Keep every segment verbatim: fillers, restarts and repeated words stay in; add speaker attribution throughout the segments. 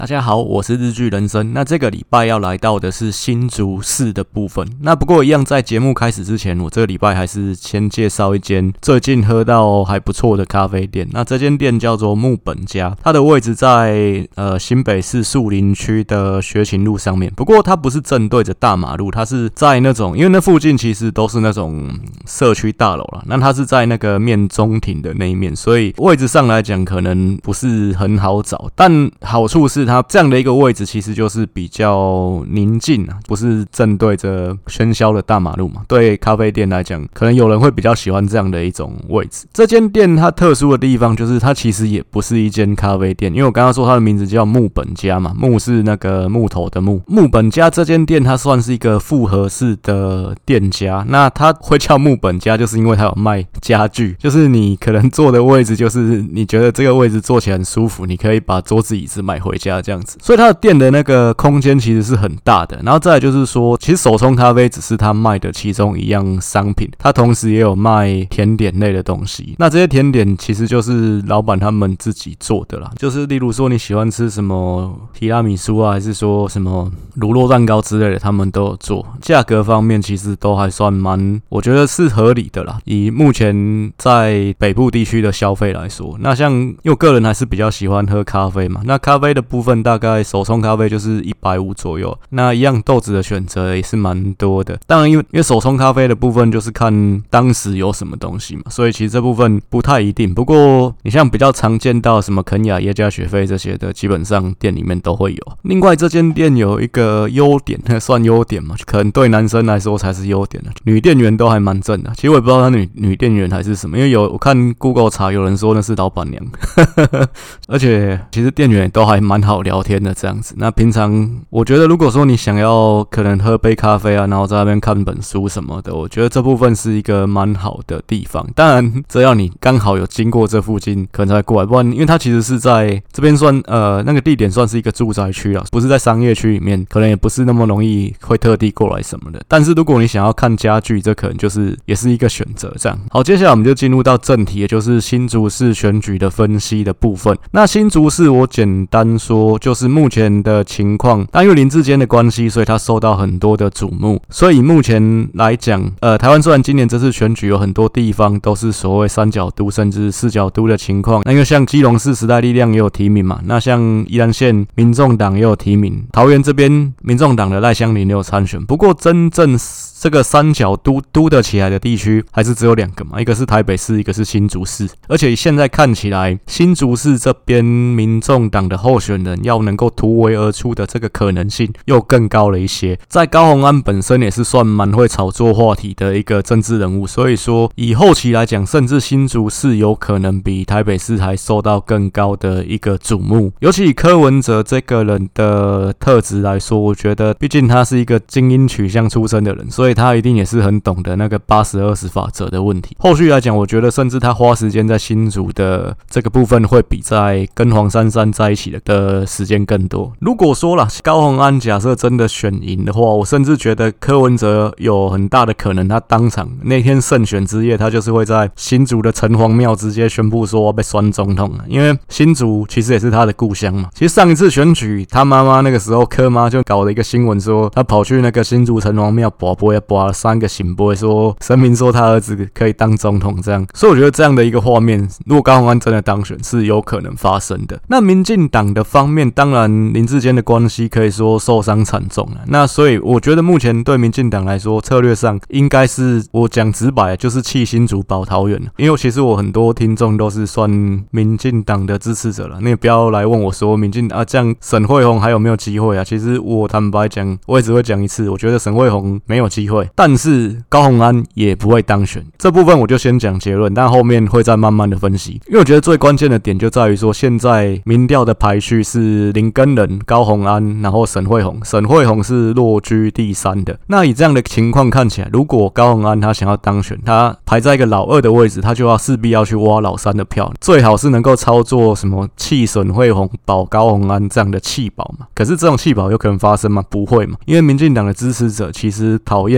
Speaker 1: 大家好，我是日剧人生。那这个礼拜要来到的是新竹市的部分。那不过一样，在节目开始之前，我这个礼拜还是先介绍一间最近喝到还不错的咖啡店。那这间店叫做木本家，它的位置在呃新北市树林区的学勤路上面。不过它不是正对着大马路，它是在那种，因为那附近其实都是那种社区大楼啦。那它是在那个面中庭的那一面，所以位置上来讲可能不是很好找，但好处是它这样的一个位置其实就是比较宁静啊，不是正对着喧嚣的大马路嘛。对咖啡店来讲，可能有人会比较喜欢这样的一种位置。这间店它特殊的地方就是它其实也不是一间咖啡店，因为我刚刚说它的名字叫木本家嘛，木是那个木头的木。木本家这间店它算是一个复合式的店家，那它会叫木本家就是因为它有卖家具，就是你可能坐的位置就是你觉得这个位置坐起来很舒服，你可以把桌子椅子买回家这样子，所以它的店的那个空间其实是很大的。然后再来就是说，其实手冲咖啡只是它卖的其中一样商品，它同时也有卖甜点类的东西。那这些甜点其实就是老板他们自己做的啦，就是例如说你喜欢吃什么提拉米苏啊，还是说什么乳酪蛋糕之类的，他们都有做。价格方面其实都还算蛮，我觉得是合理的啦。以目前在北部地区的消费来说，那像因为我个人还是比较喜欢喝咖啡嘛，那咖啡的部分大概手冲咖啡就是一百五十左右，那一样豆子的选择也是蛮多的。当然因为因为手冲咖啡的部分就是看当时有什么东西嘛，所以其实这部分不太一定。不过你像比较常见到什么肯雅、耶加雪菲这些的，基本上店里面都会有。另外这间店有一个优点，算优点嘛，可能对男生来说才是优点的，女店员都还蛮正的。其实我也不知道她女女店员还是什么，因为有我看 Google 查，有人说那是老板娘，而且其实店员都还蛮好聊天的这样子。那平常我觉得，如果说你想要可能喝杯咖啡啊，然后在那边看本书什么的，我觉得这部分是一个蛮好的地方。当然，这要你刚好有经过这附近，可能才过来，不然因为它其实是在这边算呃那个地点算是一个住宅区啊，不是在商业区里面，可能也不是那么容易会特地过来什么的。但是如果你想要看家具，这可能就是也是一个选择。这样好，接下来我们就进入到正题，也就是新竹市选举的分析的部分。那新竹市我简单说，就是目前的情况，但因为林智坚的关系，所以他受到很多的瞩目。所以目前来讲，呃，台湾虽然今年这次选举有很多地方都是所谓三角都甚至四角都的情况，那因为像基隆市时代力量也有提名嘛，那像宜兰县民众党也有提名，桃园这边民众党的赖香伶也有参选。不过真正这个三角都都得起来的地区还是只有两个嘛，一个是台北市，一个是新竹市。而且现在看起来，新竹市这边民众党的候选人要能够突围而出的这个可能性又更高了一些。在高虹安本身也是算蛮会炒作话题的一个政治人物，所以说以后期来讲，甚至新竹市有可能比台北市还受到更高的一个瞩目。尤其以柯文哲这个人的特质来说，我觉得毕竟他是一个精英取向出身的人，所以他一定也是很懂得那个八十二十法则的问题。后续来讲，我觉得甚至他花时间在新竹的这个部分会比在跟黄珊珊在一起的的时间更多。如果说啦，高虹安假设真的选赢的话，我甚至觉得柯文哲有很大的可能，他当场那天胜选之夜，他就是会在新竹的城隍庙直接宣布说要被选总统，因为新竹其实也是他的故乡嘛。其实上一次选举，他妈妈那个时候柯妈就搞了一个新闻说，他跑去那个新竹城隍庙拔杯，拔了三个醒杯，说神明说他儿子可以当总统这样。所以我觉得这样的一个画面，如果高虹安真的当选，是有可能发生的。那民进党的方面，当然林智坚的关系可以说受伤惨重了。那所以我觉得目前对民进党来说，策略上应该是我讲直白，就是弃新竹保桃园。因为其实我很多听众都是算民进党的支持者了，你也不要来问我说民进啊这样沈慧虹还有没有机会啊？其实我坦白讲，我也只会讲一次，我觉得沈慧虹没有机会，但是高虹安也不会当选。这部分我就先讲结论，但后面会再慢慢的分析。因为我觉得最关键的点就在于说，现在民调的排序是林耕仁、高虹安，然后沈慧虹，沈慧虹是落居第三的。那以这样的情况看起来，如果高虹安他想要当选，他排在一个老二的位置，他就要势必要去挖老三的票，最好是能够操作什么弃沈慧虹保高虹安这样的弃保嘛。可是这种弃保有可能发生吗？不会嘛，因为民进党的支持者其实讨厌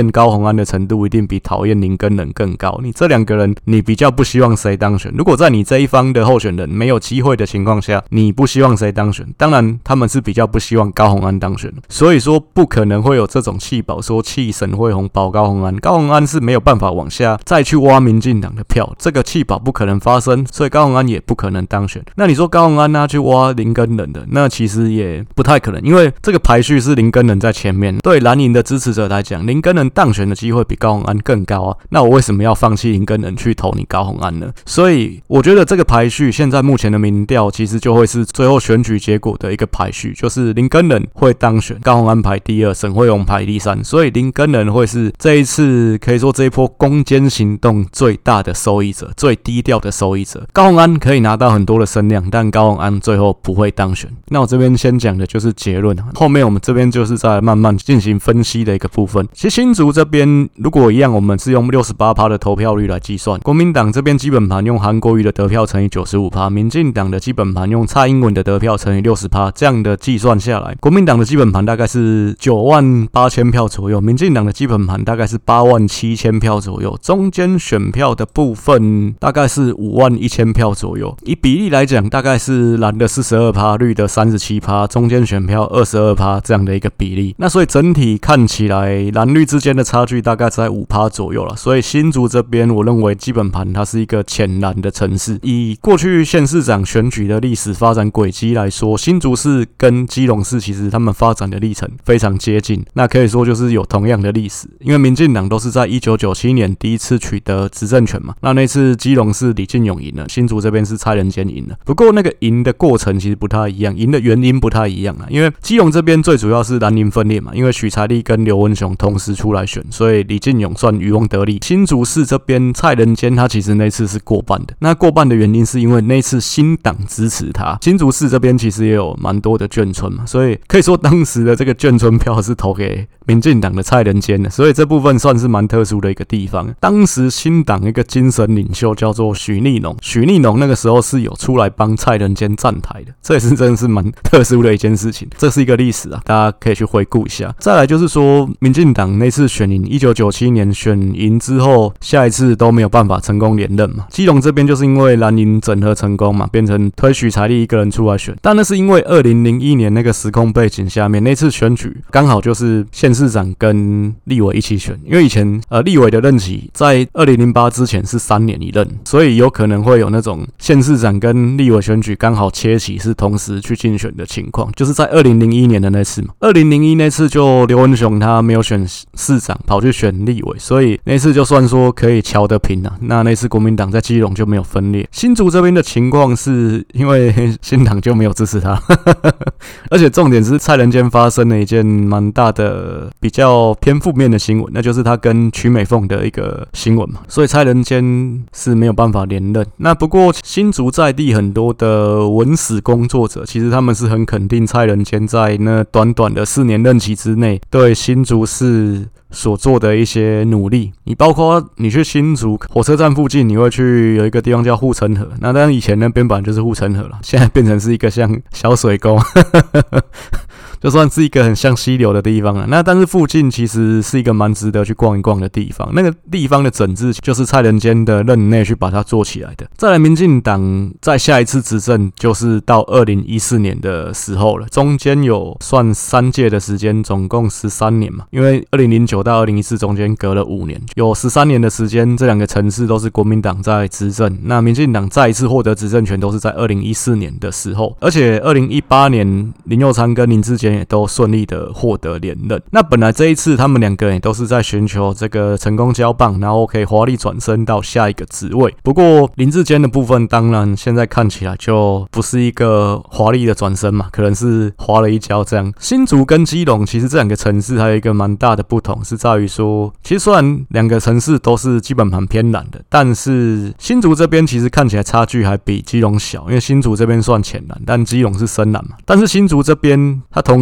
Speaker 1: 厌高虹安的程度一定比讨厌林耕仁更高。你这两个人，你比较不希望谁当选？如果在你这一方的候选人没有机会的情况下，你不希望谁当选？当然，他们是比较不希望高虹安当选的。所以说，不可能会有这种弃保，说弃沈慧虹保高虹安。高虹安是没有办法往下再去挖民进党的票，这个弃保不可能发生，所以高虹安也不可能当选。那你说高虹安他去挖林耕仁的，那其实也不太可能，因为这个排序是林耕仁在前面。对蓝营的支持者来讲，林耕仁当选的机会比高虹安更高啊。那我为什么要放弃林耕仁去投你高虹安呢？所以我觉得这个排序现在目前的民调其实就会是最后选举结果的一个排序，就是林耕仁会当选，高虹安排第二，沈慧虹排第三。所以林耕仁会是这一次可以说这一波攻坚行动最大的受益者，最低调的受益者。高虹安可以拿到很多的声量，但高虹安最后不会当选。那我这边先讲的就是结论，后面我们这边就是在慢慢进行分析的一个部分。其实新竹这边如果一样，我们是用 百分之六十八 的投票率来计算，国民党这边基本盘用韩国瑜的得票乘以 百分之九十五， 民进党的基本盘用蔡英文的得票乘以 百分之六十， 这样的计算下来，国民党的基本盘大概是九万八千票左右，民进党的基本盘大概是八万七千票左右，中间选票的部分大概是五万一千票左右。以比例来讲，大概是蓝的 百分之四十二， 绿的 百分之三十七， 中间选票 百分之二十二 这样的一个比例。那所以整体看起来蓝绿之间的差距大概在 百分之五 左右啦。所以新竹这边我认为基本盘它是一个浅蓝的城市。以过去县市长选举的历史发展轨迹来说，新竹市跟基隆市其实他们发展的历程非常接近，那可以说就是有同样的历史。因为民进党都是在一九九七年第一次取得执政权嘛，那那次基隆是李进勇赢了，新竹这边是蔡仁坚赢了。不过那个赢的过程其实不太一样，赢的原因不太一样啊。因为基隆这边最主要是蓝营分裂嘛，因为许才立跟刘文雄同时出来选，所以李进勇算渔翁得利。新竹市这边蔡仁坚他其实那次是过半的，那过半的原因是因为那次新党支持他。新竹市这边其实也有蛮多的眷村嘛，所以可以说当时的这个眷村票是投给民进党的蔡仁坚的，所以这部分算是蛮特殊的一个地方。当时新党一个精神领袖叫做许立农，许立农那个时候是有出来帮蔡仁坚站台的，这也是真的是蛮特殊的一件事情，这是一个历史啊，大家可以去回顾一下。再来就是说，民进党那次选赢一九九七年选赢之后，下一次都没有办法成功连任嘛。基隆这边就是因为蓝营整合成功嘛，变成推许才立一个人出来选，但那是因为二零零一年那个时空背景下面，那次选举刚好就是县市长跟立委一起选，因为以前呃立委的任期在二零零八之前是三年一任，所以有可能会有那种县市长跟立委选举刚好切齐是同时去竞选的情况，就是在二零零一年的那次嘛。二零零一那次就刘文雄他没有选市长，跑去选立委，所以那次就算说可以瞧得平啊。那那次国民党在基隆就没有分裂。新竹这边的情况是因为新党就没有支持他，而且重点是蔡仁坚发生了一件蛮大的比较偏负面的新闻，那就是他跟曲美凤的一个新闻嘛，所以蔡仁坚是没有办法连任。那不过新竹在地很多的文史工作者，其实他们是很肯定蔡仁坚在那短短的四年任期之内对新竹市所做的一些努力。你包括你去新竹火车站附近，你会去有一个地方叫护城河，那当然以前那边本来就是护城河了，现在变成是一个像小水沟就算是一个很像溪流的地方了。那但是附近其实是一个蛮值得去逛一逛的地方，那个地方的整治就是蔡仁坚的任内去把它做起来的。再来，民进党在下一次执政就是到二零一四年的时候了，中间有算三届的时间，总共十三年嘛，因为二零零九到二零一四中间隔了五年，有十三年的时间，这两个城市都是国民党在执政。那民进党再一次获得执政权都是在二零一四年的时候，而且二零一八年林右昌跟林智坚也都顺利的获得连任。那本来这一次他们两个人也都是在寻求这个成功交棒，然后可以华丽转身到下一个职位。不过林智坚的部分当然现在看起来就不是一个华丽的转身嘛，可能是滑了一跤这样。新竹跟基隆其实这两个城市还有一个蛮大的不同，是在于说，其实虽然两个城市都是基本盘偏蓝的，但是新竹这边其实看起来差距还比基隆小，因为新竹这边算浅蓝，但基隆是深蓝嘛。但是新竹这边它同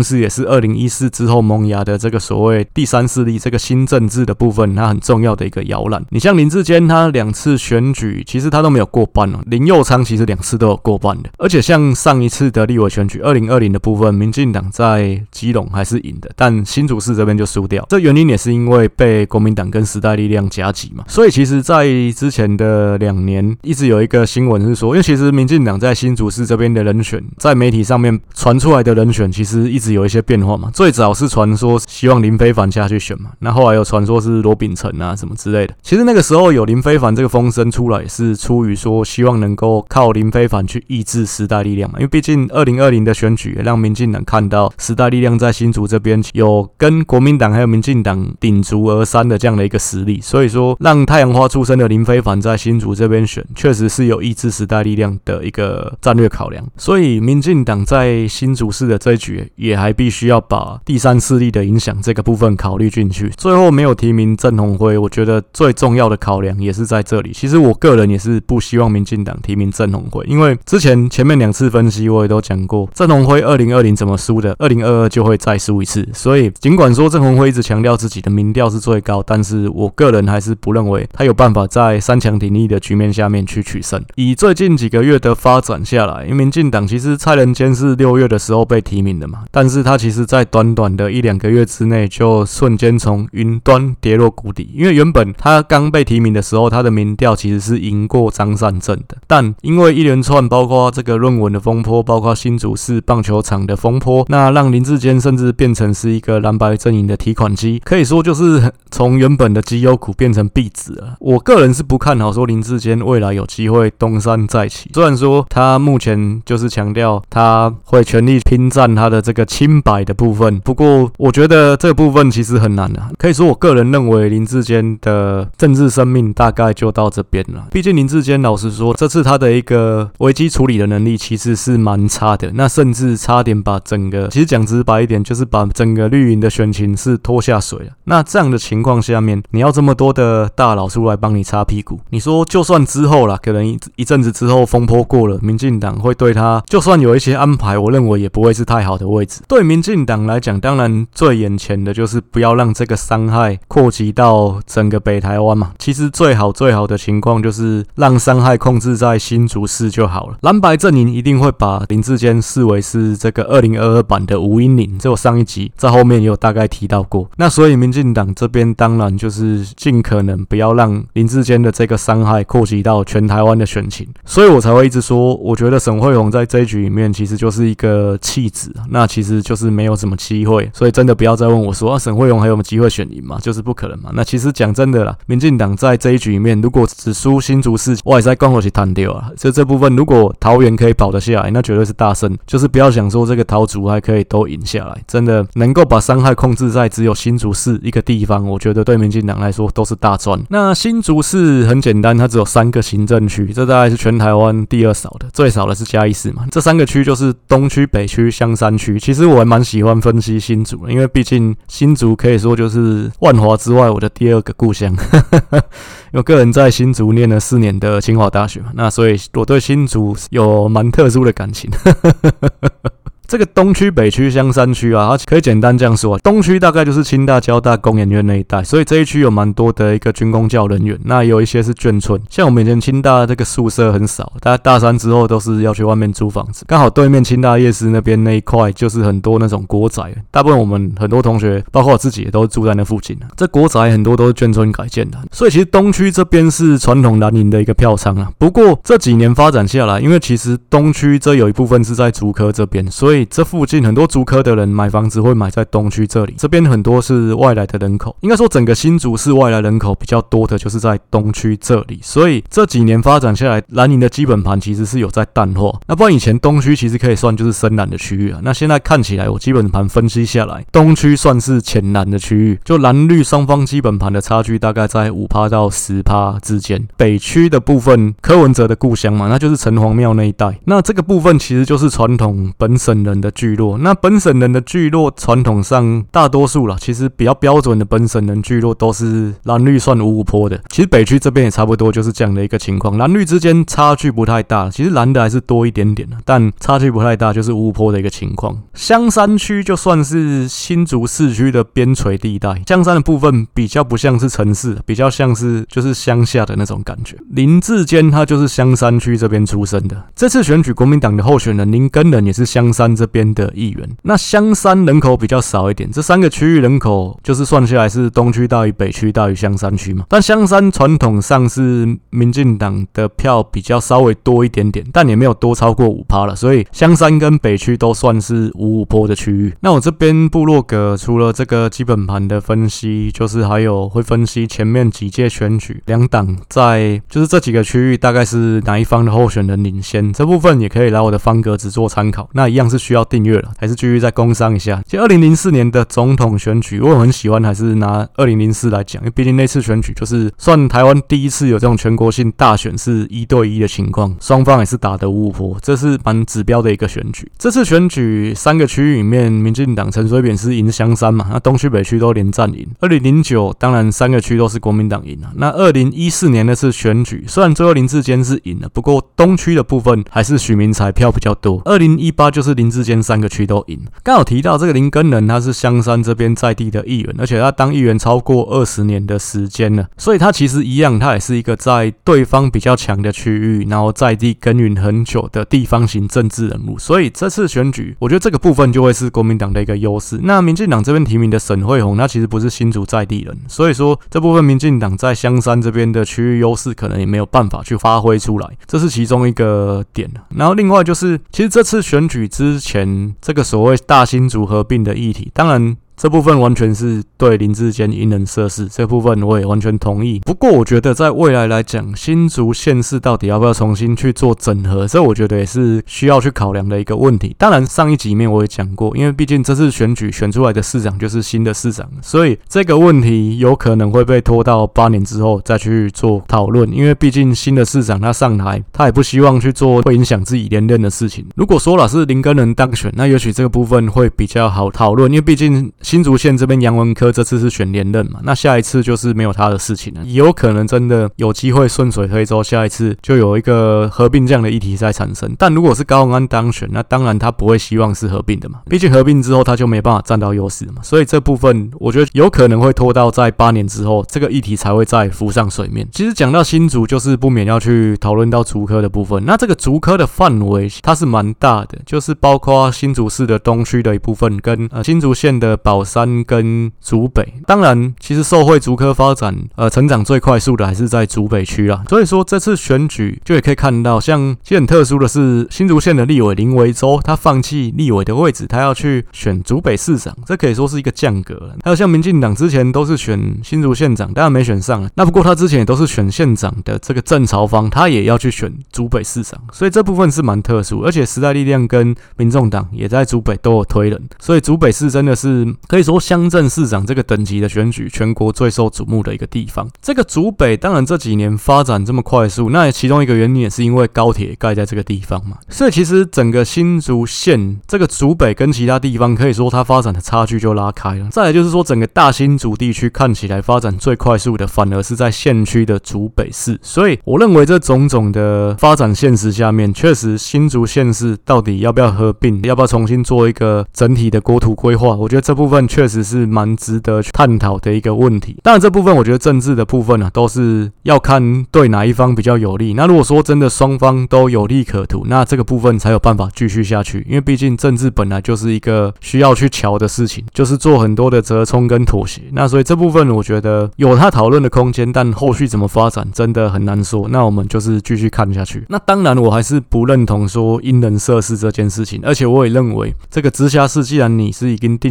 Speaker 1: 同时也是二零一四之后萌芽的这个所谓第三势力这个新政治的部分，它很重要的一个摇篮。你像林智坚，他两次选举其实他都没有过半哦。林右昌其实两次都有过半的，而且像上一次的立委选举二零二零的部分，民进党在基隆还是赢的，但新竹市这边就输掉。这原因也是因为被国民党跟时代力量夹击嘛。所以其实在之前的两年一直有一个新闻是说，因为其实民进党在新竹市这边的人选，在媒体上面传出来的人选其实一直有一些变化嘛。最早是传说希望林非凡下去选嘛，那后来有传说是罗秉成啊什么之类的。其实那个时候有林非凡这个风声出来，是出于说希望能够靠林非凡去抑制时代力量嘛，因为毕竟二零二零的选举也让民进党看到时代力量在新竹这边有跟国民党还有民进党鼎足而三的这样的一个实力，所以说让太阳花出身的林非凡在新竹这边选，确实是有抑制时代力量的一个战略考量。所以民进党在新竹市的这一局也还必须要把第三势力的影响这个部分考虑进去。最后没有提名郑鸿辉，我觉得最重要的考量也是在这里。其实我个人也是不希望民进党提名郑鸿辉，因为之前前面两次分析我也都讲过，郑鸿辉二零二零怎么输的，二零二二就会再输一次。所以尽管说郑鸿辉一直强调自己的民调是最高，但是我个人还是不认为他有办法在三强鼎立的局面下面去取胜。以最近几个月的发展下来，因为民进党其实蔡仁坚是六月的时候被提名的嘛，但是他其实在短短的一两个月之内就瞬间从云端跌落谷底。因为原本他刚被提名的时候，他的民调其实是赢过张善政的，但因为一连串包括这个论文的风波，包括新竹市棒球场的风波，那让林智坚甚至变成是一个蓝白阵营的提款机，可以说就是从原本的绩优股变成壁纸了。我个人是不看好说林智坚未来有机会东山再起，虽然说他目前就是强调他会全力拼战他的这个清白的部分，不过我觉得这个部分其实很难的。可以说我个人认为林智坚的政治生命大概就到这边了。毕竟林智坚老实说，这次他的一个危机处理的能力其实是蛮差的，那甚至差点把整个，其实讲直白一点，就是把整个绿营的选情是拖下水了。那这样的情况下面，你要这么多的大佬出来帮你擦屁股，你说就算之后啦，可能 一, 一阵子之后风波过了，民进党会对他就算有一些安排，我认为也不会是太好的位置。对民进党来讲，当然最眼前的就是不要让这个伤害扩及到整个北台湾嘛。其实最好最好的情况就是让伤害控制在新竹市就好了。蓝白阵营一定会把林智坚视为是这个二零二二版的吴音玲，这我上一集在后面也有大概提到过。那所以民进党这边当然就是尽可能不要让林智坚的这个伤害扩及到全台湾的选情，所以我才会一直说，我觉得沈慧虹在这一局里面其实就是一个弃子，那其实就是没有什么机会。所以真的不要再问我说啊，沈慧虹还有没有机会选赢嘛？就是不可能嘛。那其实讲真的啦，民进党在这一局里面，如果只输新竹市，我也在光火去弹掉啊。就这部分，如果桃园可以保得下来，那绝对是大胜。就是不要想说这个桃竹还可以都赢下来，真的能够把伤害控制在只有新竹市一个地方，我觉得对民进党来说都是大赚。那新竹市很简单，它只有三个行政区，这大概是全台湾第二少的，最少的是嘉义市嘛。这三个区就是东区、北区、香山区。其实我还蛮喜欢分析新竹的，因为毕竟新竹可以说就是万华之外我的第二个故乡。因为我个人在新竹念了四年的清华大学嘛，那所以我对新竹有蛮特殊的感情。这个东区、北区、香山区啊，可以简单这样说，东区大概就是清大、交大、工研院那一带，所以这一区有蛮多的一个军公教人员，那有一些是眷村，像我们以前清大这个宿舍很少，大家大三之后都是要去外面租房子，刚好对面清大夜市那边那一块就是很多那种国宅，大部分我们很多同学，包括我自己也都住在那附近，这国宅很多都是眷村改建的，所以其实东区这边是传统蓝营的一个票仓啊。不过这几年发展下来，因为其实东区这有一部分是在竹科这边，所以这附近很多竹科的人买房子会买在东区这里，这边很多是外来的人口，应该说整个新竹市外来人口比较多的就是在东区这里，所以这几年发展下来，蓝营的基本盘其实是有在淡化。那不然以前东区其实可以算就是深蓝的区域啊，那现在看起来我基本盘分析下来，东区算是浅蓝的区域，就蓝绿双方基本盘的差距大概在 百分之五 到 百分之十 之间。北区的部分，柯文哲的故乡嘛，那就是城隍庙那一带，那这个部分其实就是传统本省人人的聚落。那本省人的聚落传统上大多数啦，其实比较标准的本省人聚落都是蓝绿算五五波的。其实北区这边也差不多就是这样的一个情况，蓝绿之间差距不太大，其实蓝的还是多一点点，但差距不太大，就是五五波的一个情况。香山区就算是新竹市区的边陲地带，香山的部分比较不像是城市，比较像是就是乡下的那种感觉。林志坚他就是香山区这边出生的，这次选举国民党的候选人林耕仁也是香山这边的议员。那香山人口比较少一点，这三个区域人口就是算下来是东区大于北区大于香山区嘛。但香山传统上是民进党的票比较稍微多一点点，但也没有多超过 百分之五 了，所以香山跟北区都算是五五波的区域。那我这边部落格除了这个基本盘的分析，就是还有会分析前面几届选举两党在就是这几个区域大概是哪一方的候选人领先，这部分也可以来我的方格子做参考。那一样是需要订阅了，还是继续再工商一下。其实二零零四年的总统选举，我很喜欢，还是拿二零零四来讲，因为毕竟那次选举就是算台湾第一次有这种全国性大选是一对一的情况，双方也是打得五五波，这是蛮指标的一个选举。这次选举三个区域里面，民进党陈水扁是赢香山嘛，那东区北区都连战赢。二零零九当然三个区都是国民党赢了。那二零一四年那次选举，虽然最后林志坚是赢了，不过东区的部分还是许明才票比较多。二零一八就是林志坚三个区都赢。刚好提到这个林耕仁，他是香山这边在地的议员，而且他当议员超过二十年的时间了，所以他其实一样，他也是一个在对方比较强的区域，然后在地耕耘很久的地方型政治人物。所以这次选举，我觉得这个部分就会是国民党的一个优势。那民进党这边提名的沈慧虹，他其实不是新竹在地人，所以说这部分民进党在香山这边的区域优势可能也没有办法去发挥出来，这是其中一个点。然后另外就是，其实这次选举之前，这个所谓大新竹合并的议题，当然这部分完全是对林志坚因人设事，这部分我也完全同意。不过我觉得在未来来讲，新竹县市到底要不要重新去做整合，这我觉得也是需要去考量的一个问题。当然上一集里面我也讲过，因为毕竟这次选举选出来的市长就是新的市长，所以这个问题有可能会被拖到八年之后再去做讨论。因为毕竟新的市长他上台，他也不希望去做会影响自己连任的事情。如果说了是林耕仁当选，那也许这个部分会比较好讨论，因为毕竟新竹县这边杨文科这次是选连任嘛，那下一次就是没有他的事情了，有可能真的有机会顺水推舟，下一次就有一个合并这样的议题在产生。但如果是高虹安当选，那当然他不会希望是合并的嘛，毕竟合并之后他就没办法占到优势嘛，所以这部分我觉得有可能会拖到在八年之后，这个议题才会再浮上水面。其实讲到新竹，就是不免要去讨论到竹科的部分，那这个竹科的范围它是蛮大的，就是包括新竹市的东区的一部分，跟呃新竹县的宝山跟竹北。当然其实受惠竹科发展呃成长最快速的还是在竹北区啦，所以说这次选举就也可以看到，像其实很特殊的是新竹县的立委林维洲，他放弃立委的位置，他要去选竹北市长，这可以说是一个降格了。还有像民进党之前都是选新竹县长，当然没选上了，那不过他之前也都是选县长的这个郑朝芳，他也要去选竹北市长，所以这部分是蛮特殊。而且时代力量跟民众党也在竹北都有推人，所以竹北市真的是可以说乡镇市长这个等级的选举，全国最受瞩目的一个地方。这个竹北当然这几年发展这么快速，那其中一个原因也是因为高铁盖在这个地方嘛，所以其实整个新竹县这个竹北跟其他地方可以说它发展的差距就拉开了。再来就是说整个大新竹地区看起来发展最快速的反而是在县区的竹北市，所以我认为这种种的发展现实下面，确实新竹县市到底要不要合并，要不要重新做一个整体的国土规划，我觉得这部分确实是蛮值得去探讨的一个问题。当然这部分我觉得政治的部分啊，都是要看对哪一方比较有利，那如果说真的双方都有利可图，那这个部分才有办法继续下去。因为毕竟政治本来就是一个需要去瞧的事情，就是做很多的折冲跟妥协，那所以这部分我觉得有他讨论的空间，但后续怎么发展真的很难说，那我们就是继续看下去。那当然我还是不认同说因人设事这件事情，而且我也认为这个直辖市既然你是已经定下这个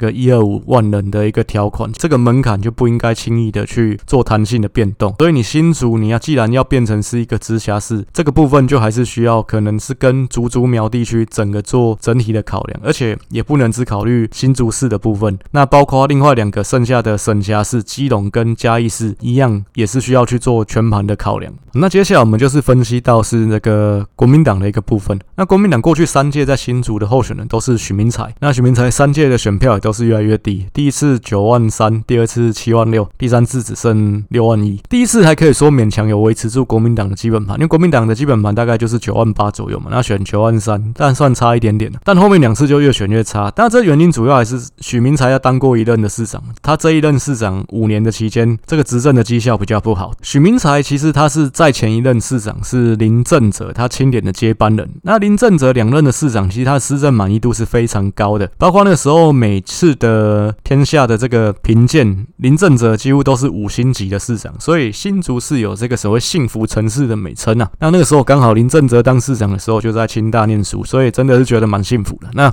Speaker 1: 个一百二十五万人的一个条款，这个门槛就不应该轻易的去做弹性的变动。所以你新竹你要既然要变成是一个直辖市，这个部分就还是需要可能是跟竹竹苗地区整个做整体的考量，而且也不能只考虑新竹市的部分，那包括另外两个剩下的省辖市基隆跟嘉义市一样，也是需要去做全盘的考量。那接下来我们就是分析到是那个国民党的一个部分。那国民党过去三届在新竹的候选人都是许明才，那许明才三届的选票也都是越来越低，第一次九万三，第二次七万六，第三次只剩六万一。第一次还可以说勉强有维持住国民党的基本盘，因为国民党的基本盘大概就是九万八左右嘛，那选九万三，但算差一点点，但后面两次就越选越差。但这原因主要还是许明才要当过一任的市长，他这一任市长五年的期间，这个执政的绩效比较不好。许明才其实他是在前一任市长是林正哲他钦点的接班人，那林正哲两任的市长，其实他的施政满意度是非常高的，包括那个时候每次的天下的这个评鉴，林正哲几乎都是五星级的市长，所以新竹市有这个所谓幸福城市的美称啊。那那个时候刚好林正哲当市长的时候就在清大念书，所以真的是觉得蛮幸福的。那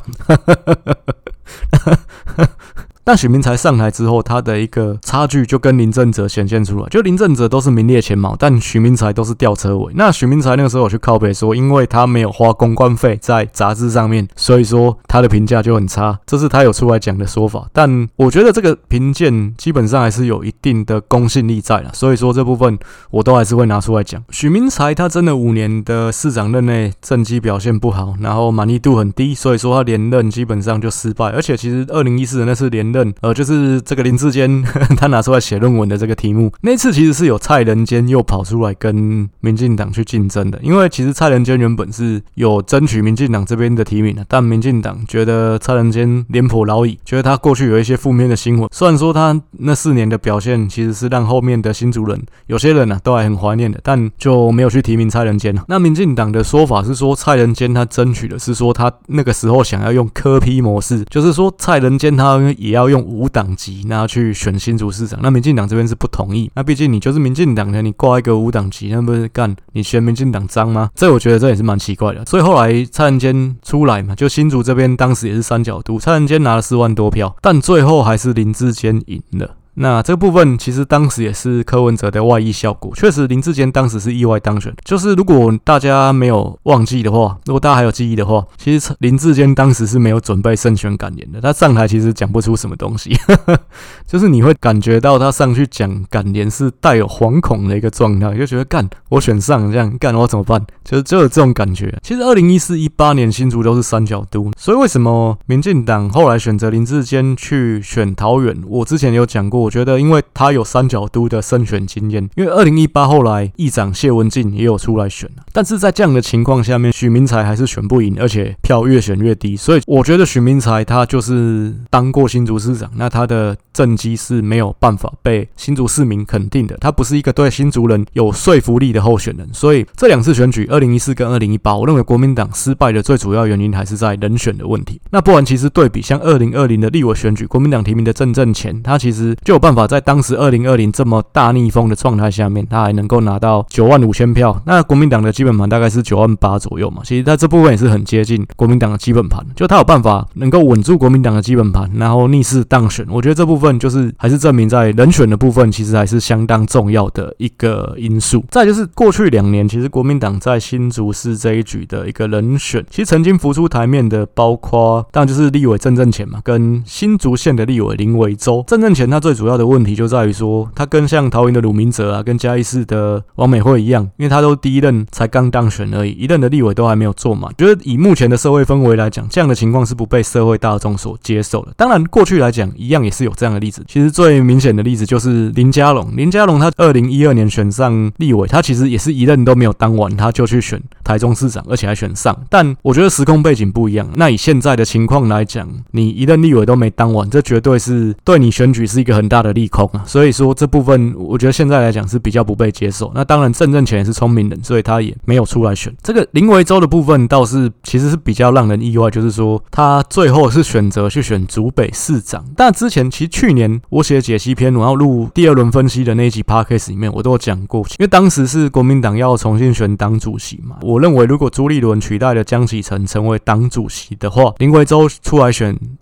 Speaker 1: 但许明才上台之后，他的一个差距就跟林正哲显现出来，就林正哲都是名列前茅，但许明才都是吊车尾。那许明才那个时候我去靠北说，因为他没有花公关费在杂志上面，所以说他的评价就很差，这是他有出来讲的说法。但我觉得这个评鉴基本上还是有一定的公信力在啦，所以说这部分我都还是会拿出来讲。许明才他真的五年的市长任内政绩表现不好，然后满意度很低，所以说他连任基本上就失败。而且其实二零一四的那次连任呃，就是这个林智坚他拿出来写论文的这个题目，那次其实是有蔡仁坚又跑出来跟民进党去竞争的，因为其实蔡仁坚原本是有争取民进党这边的提名的，但民进党觉得蔡仁坚廉颇老矣，觉得他过去有一些负面的新闻，虽然说他那四年的表现其实是让后面的新竹人有些人啊都还很怀念的，但就没有去提名蔡仁坚。那民进党的说法是说，蔡仁坚他争取的是说他那个时候想要用科批模式，就是说蔡仁坚他也要用无党籍那去选新竹市长，那民进党这边是不同意，那毕竟你就是民进党的，你挂一个无党籍，那不是干你选民进党脏吗？这我觉得这也是蛮奇怪的。所以后来蔡仁坚出来嘛，就新竹这边当时也是三角都，蔡仁坚拿了四万多票，但最后还是林智坚赢了。那这个部分其实当时也是柯文哲的外溢效果，确实林智坚当时是意外当选。就是如果大家没有忘记的话，如果大家还有记忆的话，其实林智坚当时是没有准备胜选感言的，他上台其实讲不出什么东西，就是你会感觉到他上去讲感言是带有惶恐的一个状态，就觉得干我选上这样干我怎么办，就是就有这种感觉。其实二零一四、一八年新竹都是三角都，所以为什么民进党后来选择林智坚去选桃园，我之前有讲过，我觉得因为他有三角都的胜选经验，因为二零一八后来议长谢文进也有出来选，但是在这样的情况下面，许明才还是选不赢，而且票越选越低，所以我觉得许明才他就是当过新竹市长，那他的政绩是没有办法被新竹市民肯定的，他不是一个对新竹人有说服力的候选人，所以这两次选举二零一四跟二零一八，我认为国民党失败的最主要原因还是在人选的问题。那不然其实对比像二零二零的立委选举，国民党提名的郑正乾，他其实就有办法在当时二零二零这么大逆风的状态下面，他还能够拿到九万五千票，那国民党的基本盘大概是九万八左右嘛，其实他这部分也是很接近国民党的基本盘，就他有办法能够稳住国民党的基本盘，然后逆势当选。我觉得这部分就是还是证明在人选的部分其实还是相当重要的一个因素。再就是过去两年，其实国民党在新竹市这一局的一个人选，其实曾经浮出台面的，包括当然就是立委郑正乾嘛，跟新竹县的立委林维洲。郑正乾他最主要的问题就在于说，他跟像桃园的鲁明哲啊，跟嘉义市的王美惠一样，因为他都第一任才刚当选而已，一任的立委都还没有做满。觉得以目前的社会氛围来讲，这样的情况是不被社会大众所接受的。当然，过去来讲一样也是有这样的例子。其实最明显的例子就是林佳龙，林佳龙他二零一二年选上立委，他其实也是一任都没有当完，他就去选台中市长，而且还选上。但我觉得时空背景不一样。那以现在的情况来讲，你一任立委都没当完，这绝对是对你选举是一个很大的利空啊。所以说这部分我觉得现在来讲是比较不被接受。那当然郑正乾也是聪明人，所以他也没有出来选。这个林维洲的部分倒是其实是比较让人意外，就是说他最后是选择去选竹北市长。但之前其实去年我写解析篇，然后录第二轮分析的那一集 podcast 里面我都有讲过，因为当时是国民党要重新选党主席嘛，我认为如果朱立伦取代了江启臣成为党主席的话，林维洲出来选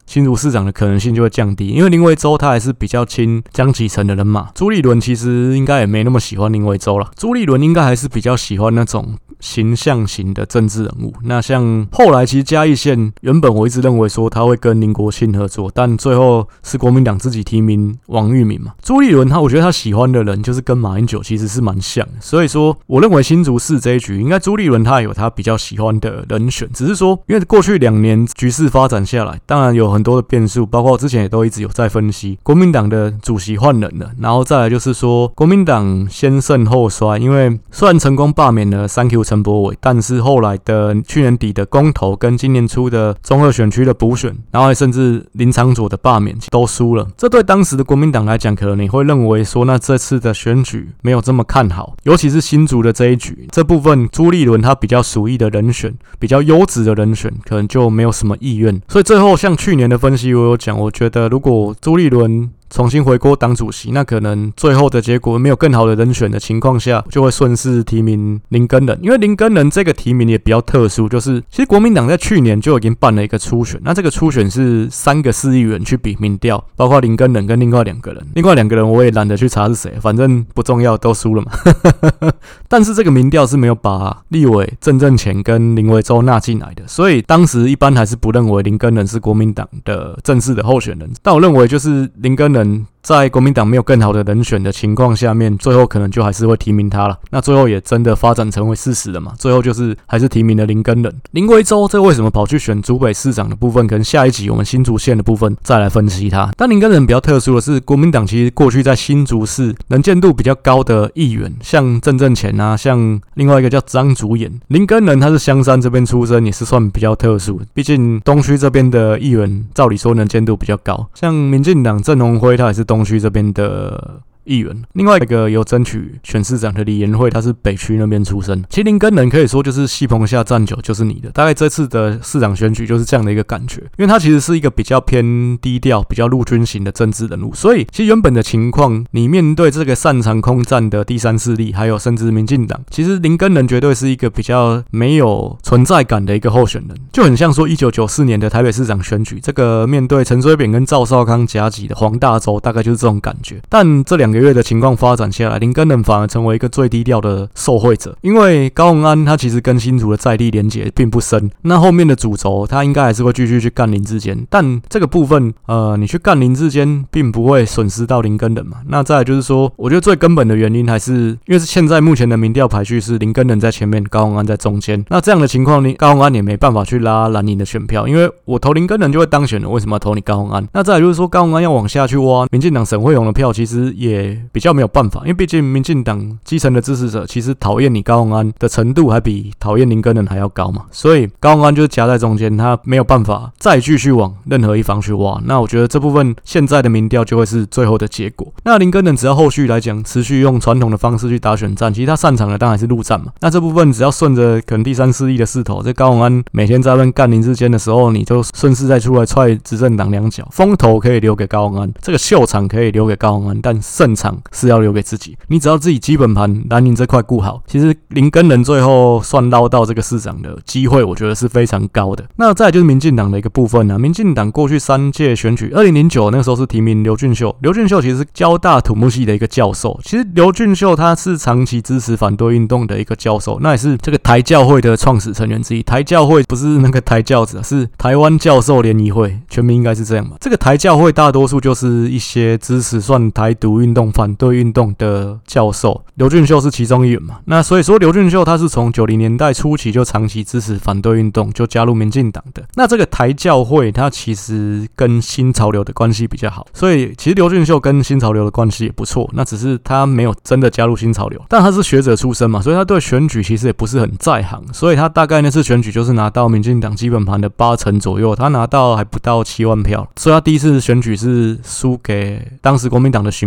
Speaker 1: 新竹市长的可能性就会降低，因为林维洲他还是比较亲江启臣的人马。朱立伦其实应该也没那么喜欢林维洲啦，朱立伦应该还是比较喜欢那种形象型的政治人物。那像后来其实嘉义县原本我一直认为说他会跟林国庆合作，但最后是国民党自己提名王玉民嘛。朱立伦他我觉得他喜欢的人就是跟马英九其实是蛮像的，所以说我认为新竹市这一局应该朱立伦他有他比较喜欢的人选，只是说因为过去两年局势发展下来，当然有很多的变数，包括我之前也都一直有在分析国民党的主席换人了，然后再来就是说国民党先胜后衰，因为虽然成功罢免了 三 Q 陈柏惟，但是后来的去年底的公投跟今年初的中二选区的补选，然后甚至林昶佐的罢免都输了，这对当时的国民党来讲，可能你会认为说那这次的选举没有这么看好，尤其是新竹的这一局，这部分朱立伦他比较属意的人选，比较优质的人选，可能就没有什么意愿。所以最后像去年的分析我有讲，我觉得如果朱立伦重新回国党主席，那可能最后的结果没有更好的人选的情况下，就会顺势提名林耕仁。因为林耕仁这个提名也比较特殊，就是其实国民党在去年就已经办了一个初选，那这个初选是三个市议员去比民调，包括林耕仁跟另外两个人，另外两个人我也懒得去查是谁，反正不重要，都输了嘛。但是这个民调是没有把立委郑正乾跟林维洲纳进来的，所以当时一般还是不认为林耕仁是国民党的正式的候选人。但我认为就是林耕仁在国民党没有更好的人选的情况下面，最后可能就还是会提名他了。那最后也真的发展成为事实了嘛？最后就是还是提名了林耕仁。林维洲这为什么跑去选竹北市长的部分，可能下一集我们新竹县的部分再来分析他。但林耕仁比较特殊的是，国民党其实过去在新竹市能见度比较高的议员，像郑正乾啊，像另外一个叫张竹衍。林耕仁他是香山这边出身，也是算比较特殊的，毕竟东区这边的议员照理说能见度比较高，像民进党郑鸿辉他也是东区这边的议员，另外一个有争取选市长的李延慧，他是北区那边出身。其实林耕仁可以说就是戏棚下站久就是你的，大概这次的市长选举就是这样的一个感觉，因为他其实是一个比较偏低调、比较陆军型的政治人物，所以其实原本的情况，你面对这个擅长空战的第三势力，还有甚至民进党，其实林耕仁绝对是一个比较没有存在感的一个候选人，就很像说一九九四年的台北市长选举，这个面对陈水扁跟赵少康夹击的黄大洲，大概就是这种感觉。但这两个月的情况发展下来，林耕仁反而成为一个最低调的受惠者，因为高虹安他其实跟新竹的在地连结并不深，那后面的主轴他应该还是会继续去干林智坚，但这个部分呃，你去干林智坚并不会损失到林耕仁嘛。那再来就是说，我觉得最根本的原因还是因为是现在目前的民调排序是林耕仁在前面，高虹安在中间，那这样的情况，高虹安也没办法去拉蓝营的选票，因为我投林耕仁就会当选了，为什么要投你高虹安？那再来就是说，高虹安要往下去挖民进党沈惠虹的票，其实也比较没有办法，因为毕竟民进党基层的支持者其实讨厌你高虹安的程度还比讨厌林耕仁还要高嘛，所以高虹安就是夹在中间，他没有办法再继续往任何一方去挖。那我觉得这部分现在的民调就会是最后的结果。那林耕仁只要后续来讲持续用传统的方式去打选战，其实他擅长的当然是陆战嘛。那这部分只要顺着可能第三势力的势头，在高虹安每天在那边干林智坚的时候，你就顺势再出来踹执政党两脚，风头可以留给高虹安，这个秀场可以留给高虹安，但胜场是要留给自己。你只要自己基本盘蓝营这块顾好，其实林耕仁最后算捞到这个市长的机会，我觉得是非常高的。那再来就是民进党的一个部分啊，民进党过去三届选举，二零零九那个时候是提名刘俊秀，刘俊秀其实是交大土木系的一个教授，其实刘俊秀他是长期支持反对运动的一个教授，那也是这个台教会的创始成员之一。台教会不是那个台教子啊，是台湾教授联谊会，全名应该是这样吧。这个台教会大多数就是一些支持算台独运动、反对运动的教授，刘俊秀是其中一员嘛。那所以说刘俊秀他是从九零年代初期就长期支持反对运动，就加入民进党的。那这个台教会他其实跟新潮流的关系比较好，所以其实刘俊秀跟新潮流的关系也不错，那只是他没有真的加入新潮流，但他是学者出身嘛，所以他对选举其实也不是很在行，所以他大概那次选举就是拿到民进党基本盘的八成左右，他拿到还不到七万票，所以他第一次选举是输给当时国民党的许明才嘛。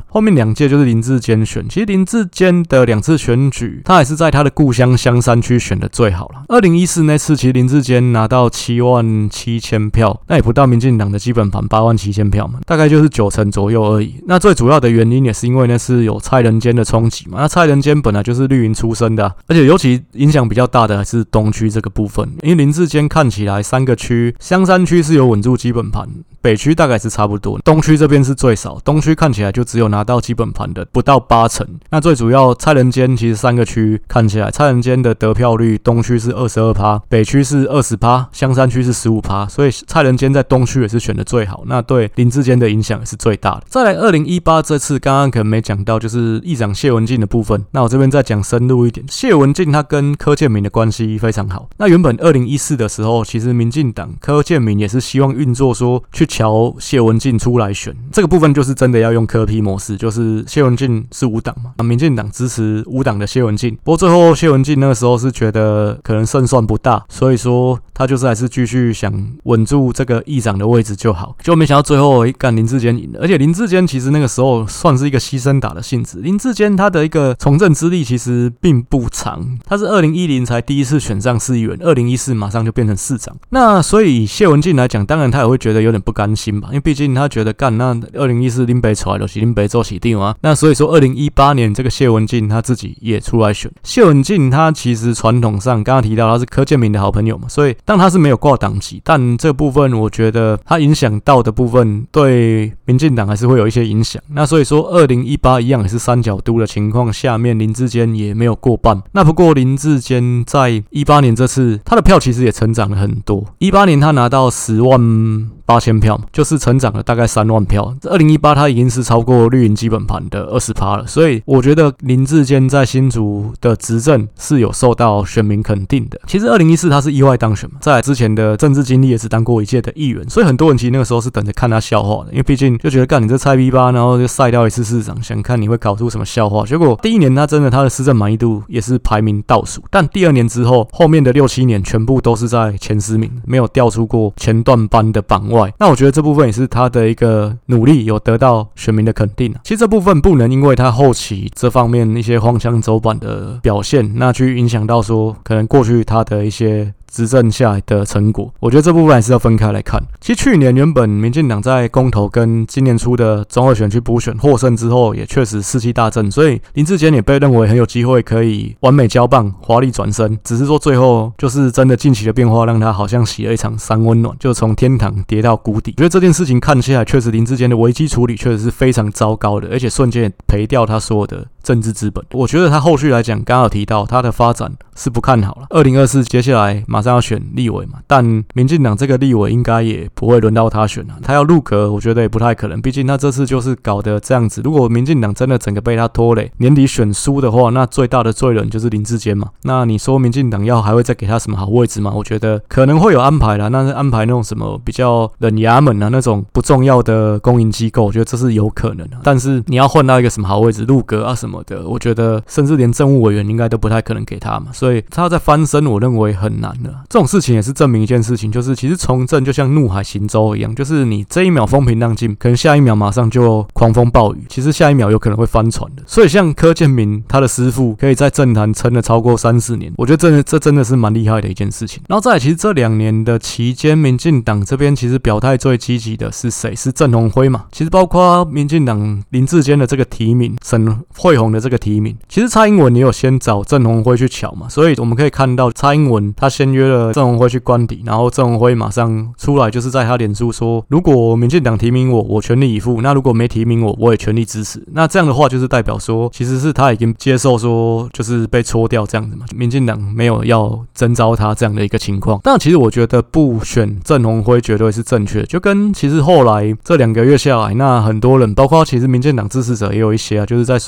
Speaker 1: 后面两届就是林智坚选。其实林智坚的两次选举，他还是在他的故乡香山区选的最好了。二零一四那次，其实林智坚拿到七万七千票，那也不到民进党的基本盘八万七千票嘛，大概就是九成左右而已。那最主要的原因也是因为那次有蔡仁坚的冲击嘛。那蔡仁坚本来就是绿营出身的、啊，而且尤其影响比较大的还是东区这个部分，因为林智坚看起来三个区，香山区是有稳住基本盘，北区大概是差不多，东区这边是最少，东区看起来就只有拿到基本盘的不到八成。那最主要蔡仁坚其实三个区看起来，蔡仁坚的得票率东区是 百分之二十二， 北区是 百分之二十， 香山区是 百分之十五， 所以蔡仁坚在东区也是选的最好，那对林智坚的影响也是最大的。再来二零一八这次刚刚可能没讲到，就是议长谢文进的部分，那我这边再讲深入一点。谢文进他跟柯建铭的关系非常好，那原本二零一四的时候，其实民进党柯建铭也是希望运作说去瞧谢文进出来选，这个部分就是真的要用柯 P 模式，就是谢文进是无党嘛，民进党支持无党的谢文进，不过最后谢文进那个时候是觉得可能胜算不大，所以说他就是还是继续想稳住这个议长的位置就好，就没想到最后干林智坚赢了，而且林智坚其实那个时候算是一个牺牲打的性质。林智坚他的一个从政资历其实并不长，他是二零一零才第一次选上市议员，二零一四马上就变成市长。那所以以谢文进来讲，当然他也会觉得有点不甘心吧，因为毕竟他觉得干那二零一四林北出来就是林北做起定啊，那所以说二零一八年这个谢文进他自己也出来选。谢文进他其实传统上刚刚提到他是柯建铭的好朋友嘛，所以当他是没有挂党籍，但这部分我觉得他影响到的部分对民进党还是会有一些影响。那所以说二零一八一样也是三角都的情况下面，林智坚也没有过半。那不过林智坚在一八年这次他的票其实也成长了很多，一八年他拿到十万八千票，就是成长了大概三万票。二零一八他已经是超过绿营基本盘的 百分之二十 了，所以我觉得林智坚在新竹的执政是有受到选民肯定的。其实二零一四他是意外当选嘛，在之前的政治经历也只当过一届的议员，所以很多人其实那个时候是等着看他笑话的，因为毕竟就觉得干你这菜逼吧，然后就赛掉一次市长，想看你会搞出什么笑话。结果第一年他真的他的施政满意度也是排名倒数，但第二年之后后面的六七年全部都是在前十名，没有掉出过前段班的榜外。那我觉得这部分也是他的一个努力有得到选民的肯定、啊、其实这部分不能因为他后期这方面一些荒腔走板的表现，那去影响到说可能过去他的一些执政下来的成果，我觉得这部分还是要分开来看。其实去年原本民进党在公投跟今年初的中二选区补选获胜之后，也确实士气大振，所以林智坚也被认为很有机会可以完美交棒、华丽转身。只是说最后就是真的近期的变化，让他好像洗了一场三温暖，就从天堂跌到谷底。我觉得这件事情看起来，确实林智坚的危机处理确实是非常糟糕的，而且瞬间也赔掉他所有的政治资本。我觉得他后续来讲，刚刚有提到他的发展是不看好了。二零二四接下来马上要选立委嘛，但民进党这个立委应该也不会轮到他选啊，他要入阁我觉得也不太可能，毕竟他这次就是搞得这样子。如果民进党真的整个被他拖累，年底选输的话，那最大的罪人就是林智坚嘛。那你说民进党要还会再给他什么好位置吗？我觉得可能会有安排啦，那是安排那种什么比较冷衙门啊，那种不重要的公营机构，我觉得这是有可能的、啊。但是你要换到一个什么好位置，入阁啊什么的，我觉得甚至连政务委员应该都不太可能给他嘛，所以他在翻身，我认为很难的。这种事情也是证明一件事情，就是其实从政就像怒海行舟一样，就是你这一秒风平浪静，可能下一秒马上就狂风暴雨，其实下一秒有可能会翻船的。所以像柯建铭他的师父可以在政坛撑了超过三四年，我觉得真的这真的是蛮厉害的一件事情。然后再来，其实这两年的期间，民进党这边其实表态最积极的是谁？是郑鸿辉嘛？其实包括民进党林智坚的这个提名，沈慧虹的这个提名，其实蔡英文也有先找郑鸿辉去瞧嘛，所以我们可以看到蔡英文他先约了郑鸿辉去官邸，然后郑鸿辉马上出来，就是在他脸书说，如果民进党提名我，我全力以赴；那如果没提名我，我也全力支持。那这样的话，就是代表说，其实是他已经接受说，就是被戳掉这样子嘛。民进党没有要征召他这样的一个情况。但其实我觉得不选郑鸿辉绝对是正确的，就跟其实后来这两个月下来，那很多人，包括其实民进党支持者也有一些啊，就是在说找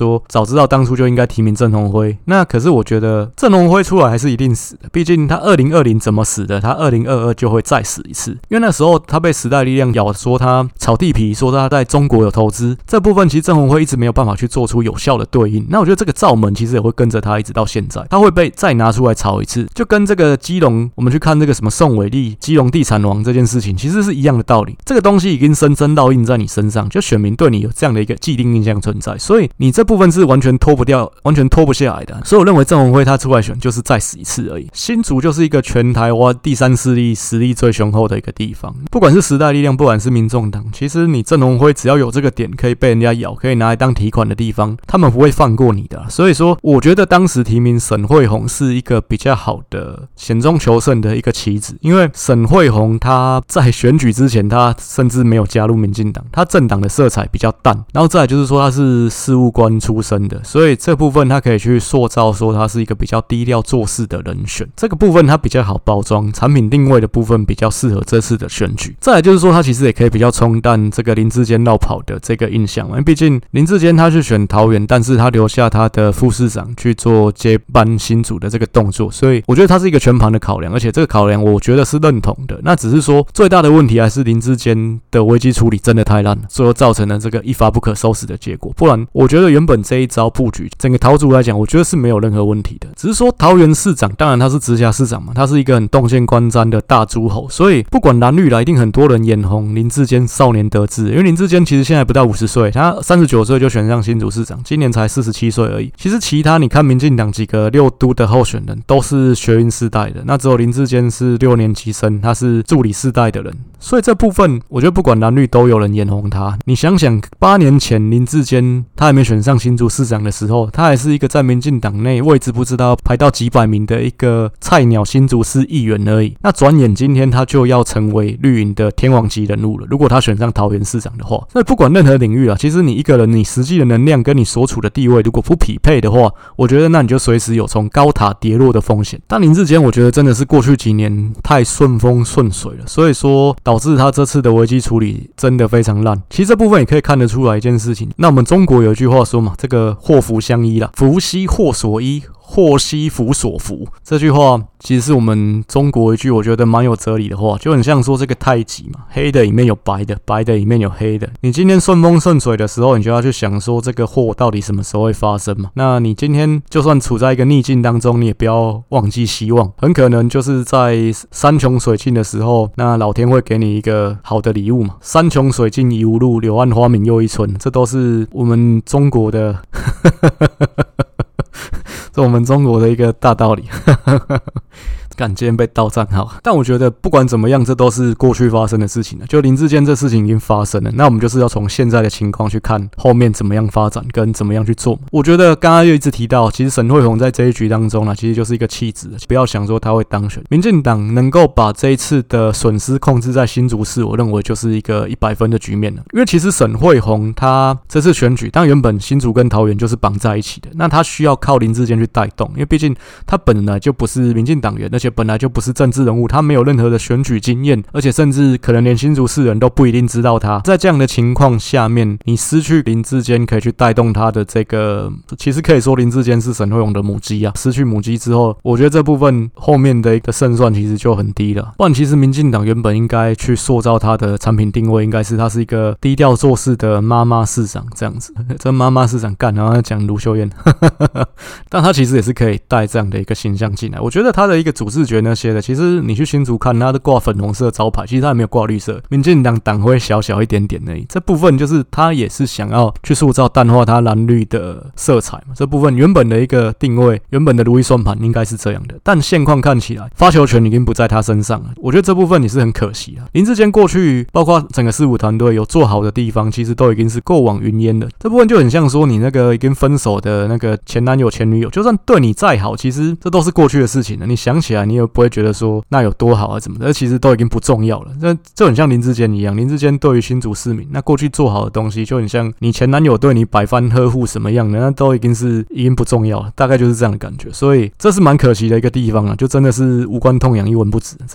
Speaker 1: 知道当初就应该提名郑鸿辉。那可是我觉得郑鸿辉出来还是一定死的，毕竟他二零二零怎么死的，他二零二二就会再死一次。因为那时候他被时代力量咬说他炒地皮，说他在中国有投资，这部分其实郑鸿辉一直没有办法去做出有效的对应。那我觉得这个罩门其实也会跟着他一直到现在，他会被再拿出来炒一次，就跟这个基隆我们去看这个什么宋伟立基隆地产王这件事情其实是一样的道理。这个东西已经深深烙印在你身上，就选民对你有这样的一个既定印象存在，所以你这部分是完全脱不掉，完全脱不下来的。所以我认为郑鸿辉他出来选就是再死一次而已。新竹就是一个全台湾第三势力实力最雄厚的一个地方，不管是时代力量，不管是民众党，其实你郑鸿辉只要有这个点可以被人家咬，可以拿来当提款的地方，他们不会放过你的啊。所以说我觉得当时提名沈慧虹是一个比较好的险中求胜的一个棋子，因为沈慧虹他在选举之前他甚至没有加入民进党，他政党的色彩比较淡，然后再来就是说他是事务官出身的，所以这部分他可以去塑造说他是一个比较低调做事的人选，这个部分他比较好包装，产品定位的部分比较适合这次的选举。再来就是说他其实也可以比较冲淡这个林智坚绕跑的这个印象，因为毕竟林智坚他去选桃园，但是他留下他的副市长去做接班新竹的这个动作，所以我觉得他是一个全盘的考量，而且这个考量我觉得是认同的。那只是说最大的问题还是林智坚的危机处理真的太烂了，最后造成了这个一发不可收拾的结果。不然我觉得原本这一招布局整个桃竹来讲，我觉得是没有任何问题的。只是说桃园市长当然他是直辖市长嘛，他是一个很洞见观瞻的大诸侯，所以不管蓝绿来，一定很多人眼红林智坚少年得志，因为林智坚其实现在不到五十岁，他三十九岁就选上新竹市长，今年才四十七岁而已。其实其他你看民进党几个六都的候选人都是学运世代的，那只有林智坚是六年级生，他是助理世代的人，所以这部分我觉得不管蓝绿都有人眼红他。你想想八年前林智坚他还没选上新竹市长的时候，他还是一个在民进党内位置不知道排到几百名的一个菜鸟新竹市议员而已，那转眼今天他就要成为绿营的天王级人物了，如果他选上桃园市长的话。所以不管任何领域啊，其实你一个人你实际的能量跟你所处的地位如果不匹配的话，我觉得那你就随时有从高塔跌落的风险。但林智坚我觉得真的是过去几年太顺风顺水了，所以说导致他这次的危机处理真的非常烂。其实这部分也可以看得出来一件事情，那我们中国有一句话说嘛，这个祸福相依啦，福兮祸所依，祸兮福所伏，这句话其实是我们中国一句我觉得蛮有哲理的话，就很像说这个太极嘛，黑的里面有白的，白的里面有黑的。你今天顺风顺水的时候，你就要去想说这个祸到底什么时候会发生嘛。那你今天就算处在一个逆境当中，你也不要忘记希望，很可能就是在山穷水尽的时候，那老天会给你一个好的礼物嘛。山穷水尽疑无路，柳暗花明又一村，这都是我们中国的这我们中国的一个大道理干今天被盗账号，但我觉得不管怎么样，这都是过去发生的事情了。就林智坚这事情已经发生了，那我们就是要从现在的情况去看后面怎么样发展跟怎么样去做。我觉得刚刚又一直提到，其实沈慧虹在这一局当中呢，其实就是一个弃子，不要想说他会当选。民进党能够把这一次的损失控制在新竹市，我认为就是一个一百分的局面了。因为其实沈慧虹他这次选举，当然原本新竹跟桃园就是绑在一起的，那他需要靠林智坚去带动，因为毕竟他本来就不是民进党员，而且本来就不是政治人物，他没有任何的选举经验，而且甚至可能连新竹市人都不一定知道他。在这样的情况下面，你失去林智坚可以去带动他的这个，其实可以说林智坚是沈慧虹的母鸡啊。失去母鸡之后，我觉得这部分后面的一个胜算其实就很低了。不然其实民进党原本应该去塑造他的产品定位，应该是他是一个低调做事的妈妈市长这样子。这妈妈市长干，然后讲卢秀燕，但他其实也是可以带这样的一个形象进来。我觉得他的一个主视觉那些的，其实你去新竹看，他的挂粉红色招牌，其实他也没有挂绿色，民进党党徽小小一点点而已。这部分就是他也是想要去塑造淡化他蓝绿的色彩嘛。这部分原本的一个定位，原本的如意算盘应该是这样的，但现况看起来发球权已经不在他身上了。我觉得这部分也是很可惜啊。林智坚过去包括整个市府团队有做好的地方，其实都已经是过往云烟了。这部分就很像说你那个已经分手的那个前男友前女友，就算对你再好，其实这都是过去的事情了。你想起来，你也不会觉得说那有多好啊怎么的，这其实都已经不重要了。这就很像林智坚一样，林智坚对于新竹市民，那过去做好的东西，就很像你前男友对你百般呵护什么样的，那都已经是已经不重要了，大概就是这样的感觉。所以这是蛮可惜的一个地方啊，就真的是无关痛痒一文不值。这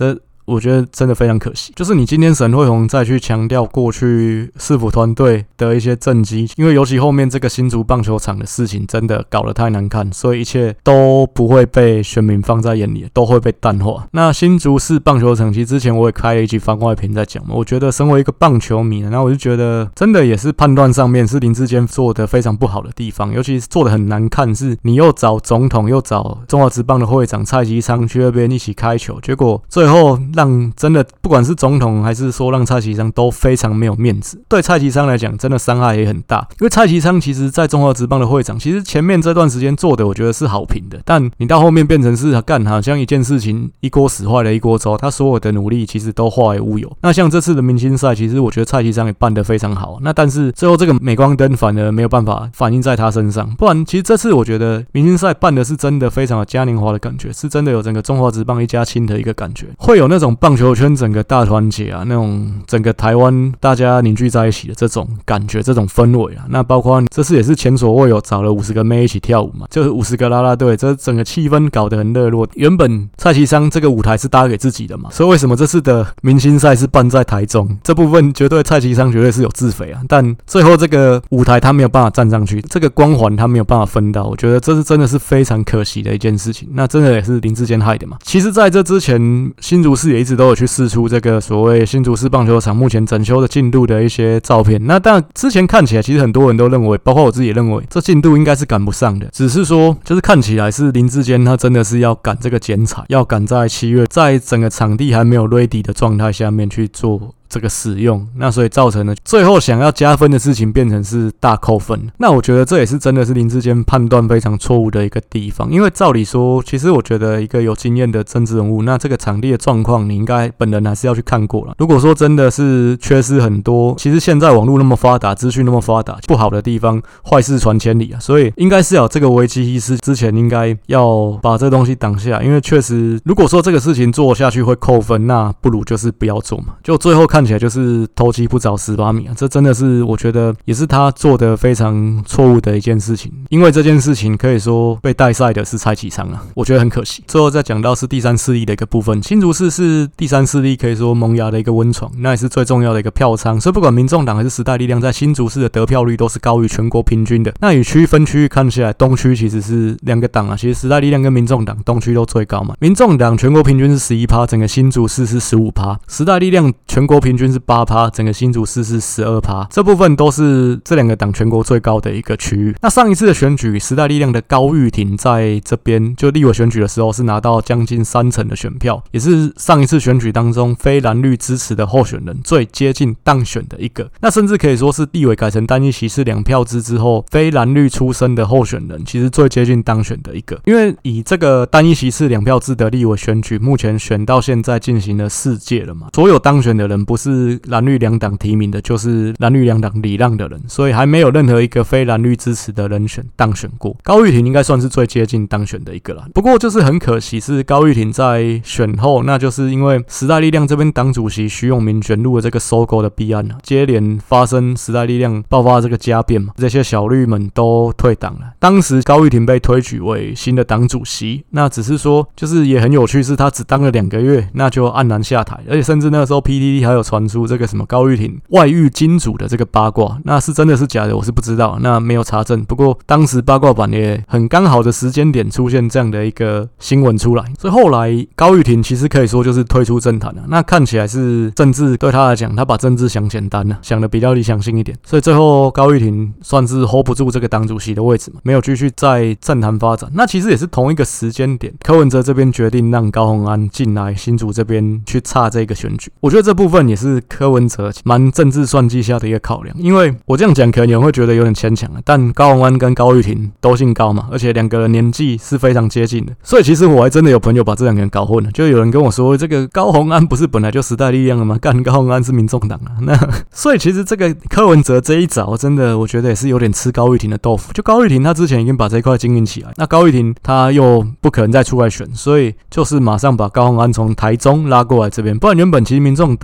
Speaker 1: 我觉得真的非常可惜。就是你今天沈慧虹再去强调过去市府团队的一些政绩，因为尤其后面这个新竹棒球场的事情真的搞得太难看，所以一切都不会被选民放在眼里，都会被淡化。那新竹市棒球场，其实之前我也开了一集番外篇在讲嘛，我觉得身为一个棒球迷，然后我就觉得真的也是判断上面是林智坚做的非常不好的地方，尤其是做的很难看，是你又找总统又找中华职棒的会长蔡其昌去那边一起开球，结果最后让真的不管是总统还是说让蔡其昌都非常没有面子。对蔡其昌来讲，真的伤害也很大，因为蔡其昌其实在中华职棒的会长，其实前面这段时间做的我觉得是好评的，但你到后面变成是干好像一件事情一锅屎坏了一锅粥，他所有的努力其实都化为乌有。那像这次的明星赛，其实我觉得蔡其昌也办得非常好，那但是最后这个镁光灯反而没有办法反映在他身上，不然其实这次我觉得明星赛办的是真的非常的嘉年华的感觉，是真的有整个中华职棒一家亲的一个感觉，会有那种棒球圈整个大团结啊，那种整个台湾大家凝聚在一起的这种感觉，这种氛围啊。那包括这次也是前所未有找了五十个妹一起跳舞嘛，就是五十个啦啦队，这整个气氛搞得很热络。原本蔡其昌这个舞台是搭给自己的嘛，所以为什么这次的明星赛是办在台中？这部分绝对蔡其昌绝对是有自肥啊，但最后这个舞台他没有办法站上去，这个光环他没有办法分到，我觉得这是真的是非常可惜的一件事情。那真的也是林智坚害的嘛。其实在这之前，新竹市也一直都有去释出这个所谓新竹市棒球场目前整修的进度的一些照片。那当然之前看起来，其实很多人都认为，包括我自己也认为，这进度应该是赶不上的。只是说，就是看起来是林智坚他真的是要赶这个剪彩，要赶在七月，在整个场地还没有 ready 的状态下面去做这个使用，那所以造成了最后想要加分的事情变成是大扣分。那我觉得这也是真的是林智坚判断非常错误的一个地方，因为照理说，其实我觉得一个有经验的政治人物，那这个场地的状况你应该本人还是要去看过了。如果说真的是缺失很多，其实现在网络那么发达，资讯那么发达，不好的地方坏事传千里啊，所以应该是有这个危机意识，之前应该要把这东西挡下，因为确实如果说这个事情做下去会扣分，那不如就是不要做嘛，就最后看起来就是偷鸡不着蚀把米啊，这真的是我觉得也是他做的非常错误的一件事情。因为这件事情可以说被带赛的是蔡其昌啊，我觉得很可惜。最后再讲到是第三势力的一个部分，新竹市是第三势力，可以说萌芽的一个温床，那也是最重要的一个票仓，所以不管民众党还是时代力量，在新竹市的得票率都是高于全国平均的。那以区分区域看起来，东区其实是两个党啊，其实时代力量跟民众党东区都最高嘛，民众党全国平均是 百分之十一， 整个新竹市是 百分之十五， 时代力量全国平均是百分之八， 整个新竹市是 百分之十二， 这部分都是这两个党全国最高的一个区域。那上一次的选举，时代力量的高玉婷在这边就立委选举的时候是拿到将近三成的选票，也是上一次选举当中非蓝绿支持的候选人最接近当选的一个。那甚至可以说是立委改成单一席次两票制之后，非蓝绿出身的候选人其实最接近当选的一个。因为以这个单一席次两票制的立委选举，目前选到现在进行了四届了嘛，所有当选的人不是蓝绿两党提名的，就是蓝绿两党礼让的人，所以还没有任何一个非蓝绿支持的人选当选过。高玉婷应该算是最接近当选的一个了。不过就是很可惜是高玉婷在选后，那就是因为时代力量这边党主席徐永明卷入了这个收购的弊案，接连发生时代力量爆发这个家变嘛，这些小绿们都退党了。当时高玉婷被推举为新的党主席，那只是说就是也很有趣，是他只当了两个月，那就黯然下台，而且甚至那个时候 P T T 还有传出这个什么高玉婷外遇金主的这个八卦，那是真的是假的我是不知道，那没有查证。不过当时八卦版也很刚好的时间点出现这样的一个新闻出来，所以后来高玉婷其实可以说就是退出政坛了。那看起来是政治对他来讲，他把政治想简单了，想的比较理想性一点，所以最后高玉婷算是 hold 不住这个党主席的位置嘛，没有继续在政坛发展。那其实也是同一个时间点，柯文哲这边决定让高虹安进来新竹这边去插这个选举，我觉得这部分也是柯文哲蛮政治算计下的一个考量。因为我这样讲可能有人会觉得有点牵强，但高虹安跟高玉婷都姓高嘛，而且两个人年纪是非常接近的，所以其实我还真的有朋友把这两个人搞混了，就有人跟我说这个高虹安不是本来就时代力量了吗？干高虹安是民众党啊。那所以其实这个柯文哲这一招真的我觉得也是有点吃高玉婷的豆腐，就高玉婷他之前已经把这一块经营起来，那高玉婷他又不可能再出来选，所以就是马上把高虹安从台中拉过来这边，不然原本其实民众党时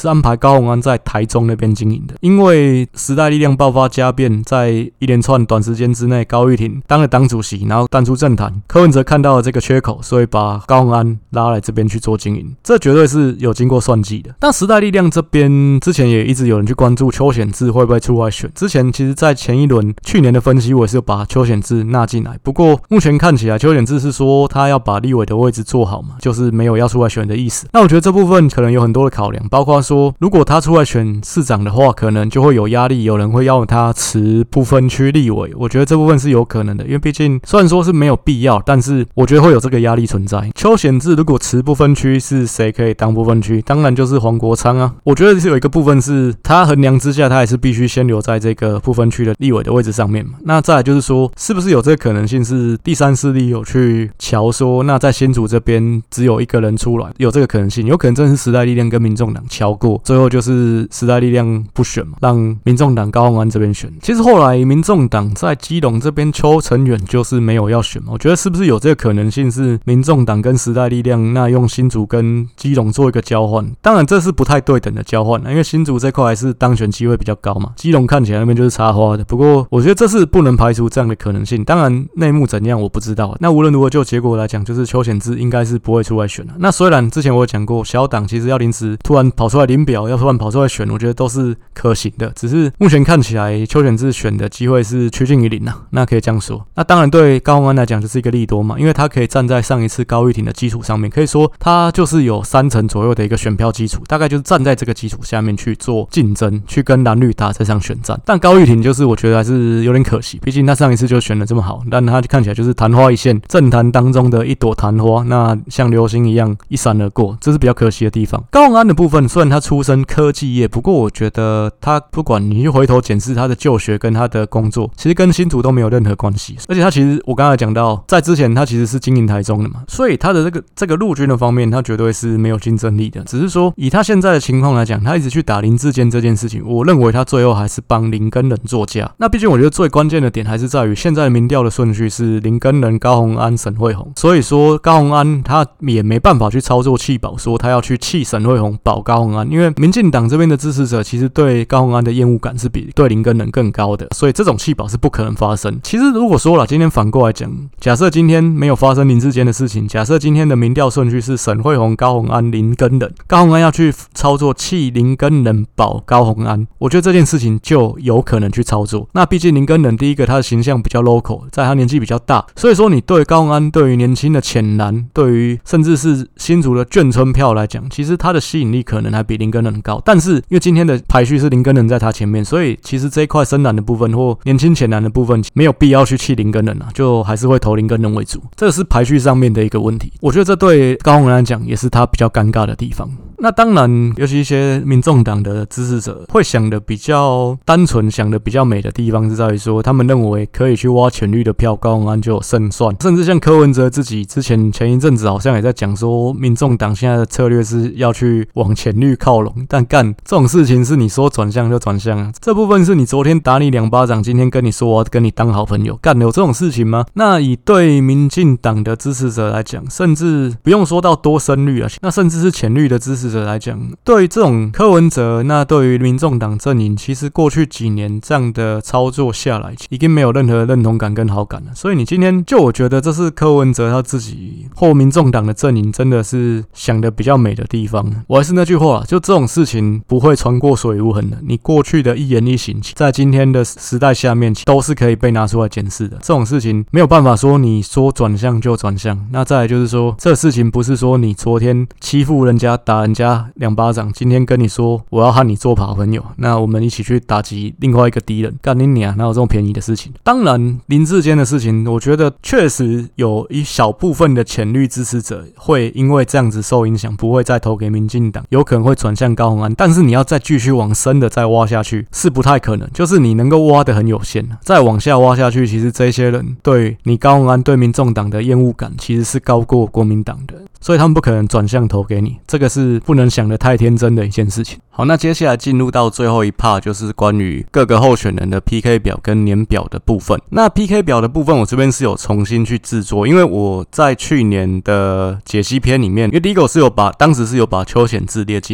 Speaker 1: 是安排高虹安在台中那边经营的。因为时代力量爆发家变，在一连串短时间之内，高玉婷当了党主席，然后淡出政坛，柯文哲看到了这个缺口，所以把高虹安拉来这边去做经营，这绝对是有经过算计的。但时代力量这边之前也一直有人去关注邱显智会不会出来选，之前其实在前一轮去年的分析，我也是有把邱显智纳进来，不过目前看起来邱显智是说他要把立委的位置做好嘛，就是没有要出来选的意思。那我觉得这部分可能有很多的考量，包括说如果他出来选市长的话，可能就会有压力，有人会要他辞不分区立委，我觉得这部分是有可能的，因为毕竟虽然说是没有必要，但是我觉得会有这个压力存在。邱显智如果辞不分区，是谁可以当不分区？当然就是黄国昌啊。我觉得是有一个部分是他衡量之下，他还是必须先留在这个不分区的立委的位置上面嘛。那再来就是说，是不是有这个可能性是第三势力有去瞧说，那在新竹这边只有一个人出来，有这个可能性，有可能真的是时代力量跟民众党瞧过，最后就是时代力量不选嘛，让民众党高虹安这边选。其实后来民众党在基隆这边邱成远就是没有要选嘛，我觉得是不是有这个可能性是民众党跟时代力量那用新竹跟基隆做一个交换？当然这是不太对等的交换，因为新竹这块还是当选机会比较高嘛，基隆看起来那边就是插花的。不过我觉得这是不能排除这样的可能性，当然内幕怎样我不知道。那无论如何就结果来讲，就是邱显智应该是不会出来选的。那虽然之前我有讲过，小党其实要临时突然跑出来领表，要突然跑出来选，我觉得都是可行的，只是目前看起来邱显智选的机会是趋近于零啊，那可以这样说。那当然对高虹安来讲就是一个利多嘛，因为他可以站在上一次高玉婷的基础上面，可以说他就是有三成左右的一个选票基础，大概就是站在这个基础下面去做竞争，去跟蓝绿打这场选战。但高玉婷就是我觉得还是有点可惜，毕竟他上一次就选得这么好，但他看起来就是昙花一现，政坛当中的一朵昙花，那像流星一样一闪而过，这是比较可惜的地方。高虹安的部分，虽然他出身科技业，不过我觉得他不管你去回头检视他的就学跟他的工作，其实跟新竹都没有任何关系。而且他其实我刚才讲到，在之前他其实是经营台中的嘛，所以他的这个这个陆军的方面，他绝对是没有竞争力的。只是说以他现在的情况来讲，他一直去打林智坚这件事情，我认为他最后还是帮林耕仁做价。那毕竟我觉得最关键的点还是在于现在的民调的顺序是林耕仁、高虹安、沈慧虹，所以说高虹安他也没办法去操作弃保，说他要去弃沈慧虹保高虹安，因为民进党这边的支持者其实对高虹安的厌恶感是比对林耕仁更高的，所以这种弃保是不可能发生。其实如果说了，今天反过来讲，假设今天没有发生林智坚的事情，假设今天的民调顺序是沈慧虹、高虹安、林耕仁，高虹安要去操作弃林耕仁保高虹安，我觉得这件事情就有可能去操作。那毕竟林耕仁第一个他的形象比较 local， 在他年纪比较大，所以说你对高虹安对于年轻的浅蓝，对于甚至是新竹的眷村票来讲，其实他的吸引力可能还比林耕仁高。但是因为今天的排序是林耕仁在他前面，所以其实这一块深蓝的部分或年轻浅蓝的部分没有必要去弃林耕仁啊，就还是会投林耕仁为主，这个是排序上面的一个问题。我觉得这对高虹安来讲也是他比较尴尬的地方。那当然，尤其一些民众党的支持者会想的比较单纯，想的比较美的地方是在于说，他们认为可以去挖浅绿的票，高虹安就有胜算。甚至像柯文哲自己之前前一阵子好像也在讲说，民众党现在的策略是要去往浅绿靠拢。但干这种事情是你说转向就转向啊，这部分是你昨天打你两巴掌，今天跟你说我要跟你当好朋友，干有这种事情吗？那以对民进党的支持者来讲，甚至不用说到多深绿啊，那甚至是浅绿的支持者来讲，对于这种柯文哲，那对于民众党阵营，其实过去几年这样的操作下来，已经没有任何认同感跟好感了。所以你今天就我觉得这是柯文哲他自己或民众党的阵营真的是想的比较美的地方。我还是那句话，就这种事情不会穿过水无痕的。你过去的一言一行，在今天的时代下面都是可以被拿出来检视的。这种事情没有办法说你说转向就转向。那再来就是说，这事情不是说你昨天欺负人家打人家两巴掌，今天跟你说我要和你做好朋友，那我们一起去打击另外一个敌人，干你娘，哪有这种便宜的事情？当然林智坚的事情，我觉得确实有一小部分的浅绿支持者会因为这样子受影响，不会再投给民进党，有可能会转向高虹安，但是你要再继续往深的再挖下去是不太可能，就是你能够挖的很有限，再往下挖下去，其实这些人对你高虹安对民众党的厌恶感其实是高过国民党的，所以他们不可能转向投给你，这个是不能想的太天真的一件事情。好，那接下来进入到最后一 part， 就是关于各个候选人的 P K 表跟年表的部分。那 P K 表的部分我这边是有重新去制作，因为我在去年的解析篇里面，因为第一个是有把当时是有把邱显智列进来，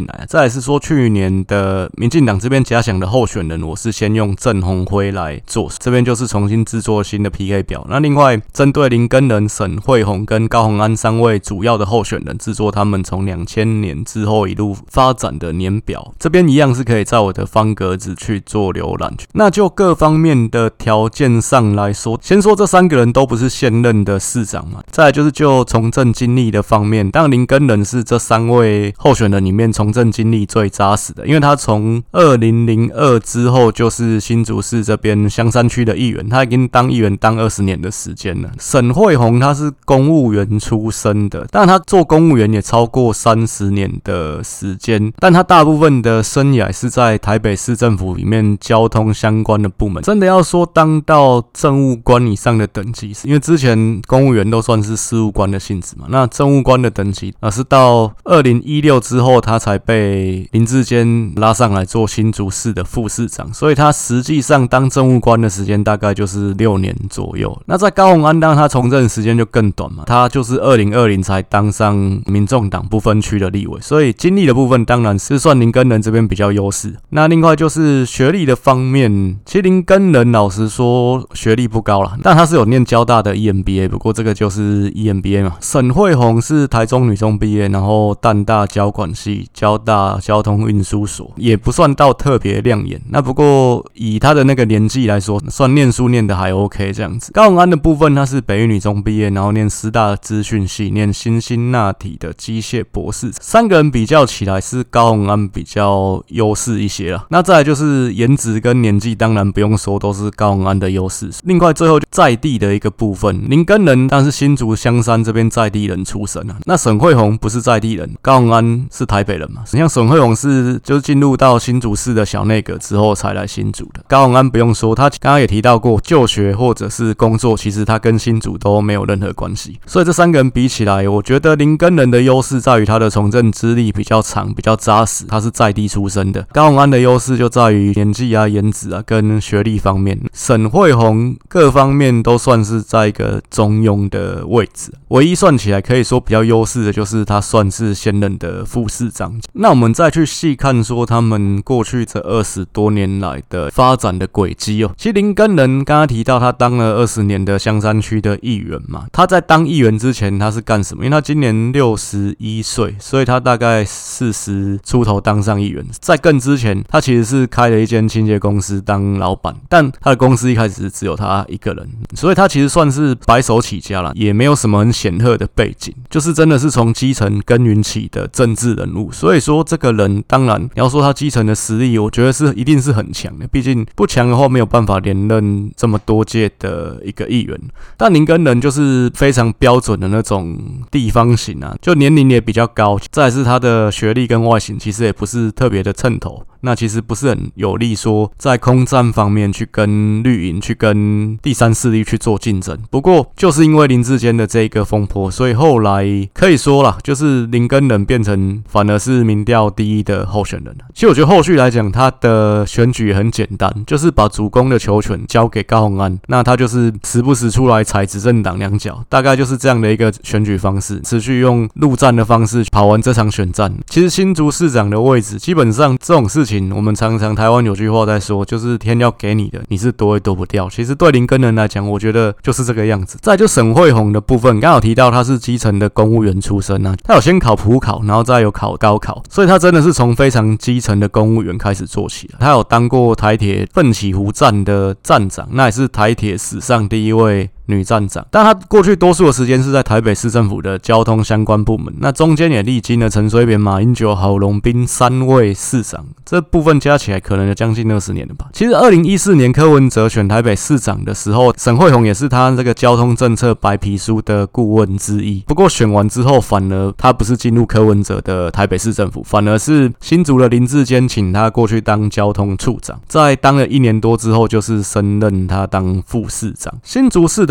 Speaker 1: 来。再来是说去年的民进党这边假想的候选人，我是先用郑鸿辉来做，这边就是重新制作新的 P K 表。那另外针对林耕仁、沈慧虹跟高虹安三位主要的候选人，制作他们从两千年之后一路发展的年表，这边一样是可以在我的方格子去做浏览。那就各方面的条件上来说，先说这三个人都不是现任的市长嘛，再来就是就从政经历的方面，当然林耕仁是这三位候选人里面从政经历最扎实的，因为他从二零零二之后就是新竹市这边香山区的议员，他已经当议员当二十年的时间了。沈慧虹他是公务员出身的，但他做公务员也超过三十年的时间，但他大部分的生涯是在台北市政府里面交通相关的部门。真的要说当到政务官以上的等级，因为之前公务员都算是事务官的性质嘛，那政务官的等级而是到二零一六之后他才被林智坚拉上来做新竹市的副市长，所以他实际上当政务官的时间大概就是六年左右。那在高虹安当然他从政的时间就更短嘛，他就是二零二零才当上民众党不分区的立委，所以经历的部分当然是算林耕仁这边比较优势。那另外就是学历的方面，其实林耕仁老实说学历不高啦，但他是有念交大的 E M B A， 不过这个就是 E M B A 嘛。沈慧虹是台中女中毕业，然后淡大交管系、交大交通运输所，也不算到特别亮眼。那不过以他的那个年纪来说，算念书念的还 OK 这样子。高虹安的部分，他是北一女中毕业，然后念师大资讯系，念辛辛那提的机械博士。三个人比较起来，是高虹安比较优势一些啦。那再来就是颜值跟年纪，当然不用说，都是高虹安的优势。另外最后在地的一个部分，林耕仁但是新竹香山这边在地人出身啊。那沈慧虹不是在地人，高虹安是台北人嘛。像沈慧虹是就是进入到新竹市的小内阁之后才来新竹的。高虹安不用说，他刚刚也提到过，就学或者是工作，其实他跟新竹都没有任何关系。所以这三个人比起来，我觉得林耕仁的优势在于他的从政资历比较长，比较扎实，他是在地出身的。高虹安的优势就在于年纪啊、颜值啊跟学历方面。沈慧虹各方面都算是在一个中庸的位置，唯一算起来可以说比较优势的就是他算是现任的副市长。那我们再去细看说他们过去这二十多年来的发展的轨迹哦。其实林耕仁刚刚提到他当了二十年的香山区的议员嘛，他在当议员之前他是干什么？因为他今年六十一岁，所以他大概四十出头当上议员。在更之前，他其实是开了一间清洁公司当老板，但他的公司一开始是只有他一个人，所以他其实算是白手起家啦，也没有什么很显赫的背景，就是真的是从基层耕耘起的政治人物。所以说这个人，当然你要说他基层的实力，我觉得是一定是很强的，毕竟不强的话没有办法连任这么多届的一个议员。但林耕仁就是非常标准的那种地方型啊，就年龄也比较高，再来是他的学历跟外形其实也不是特别的称头，那其实不是很有利说在空战方面去跟绿营去跟第三势力去做竞争。不过就是因为林智坚的这个风波，所以后来可以说啦，就是林耕仁变成反而是民调第一的候选人。其实我觉得后续来讲他的选举也很简单，就是把主攻的球权交给高虹安，那他就是时不时出来踩执政党两脚，大概就是这样的一个选举方式，持续用陆战的方式跑完这场选战。其实新竹市长的位置基本上这种事情我们常常台湾有句话在说，就是天要给你的你是夺也夺不掉。其实对林耕仁来讲，我觉得就是这个样子。再就沈慧虹的部分，刚好提到他是基层的公务员出身啊，他有先考普考，然后再有考高考，所以他真的是从非常基层的公务员开始做起。他有当过台铁奋起湖站的站长，那也是台铁史上第一位女站长，但她过去多数的时间是在台北市政府的交通相关部门，那中间也历经了陈水扁、马英九、郝龙斌三位市长，这部分加起来可能有将近二十年了吧。其实二零一四年柯文哲选台北市长的时候，沈慧虹也是他这个交通政策白皮书的顾问之一，不过选完之后反而他不是进入柯文哲的台北市政府，反而是新竹的林智坚请他过去当交通处长，在当了一年多之后就是升任他当副市长。新竹市的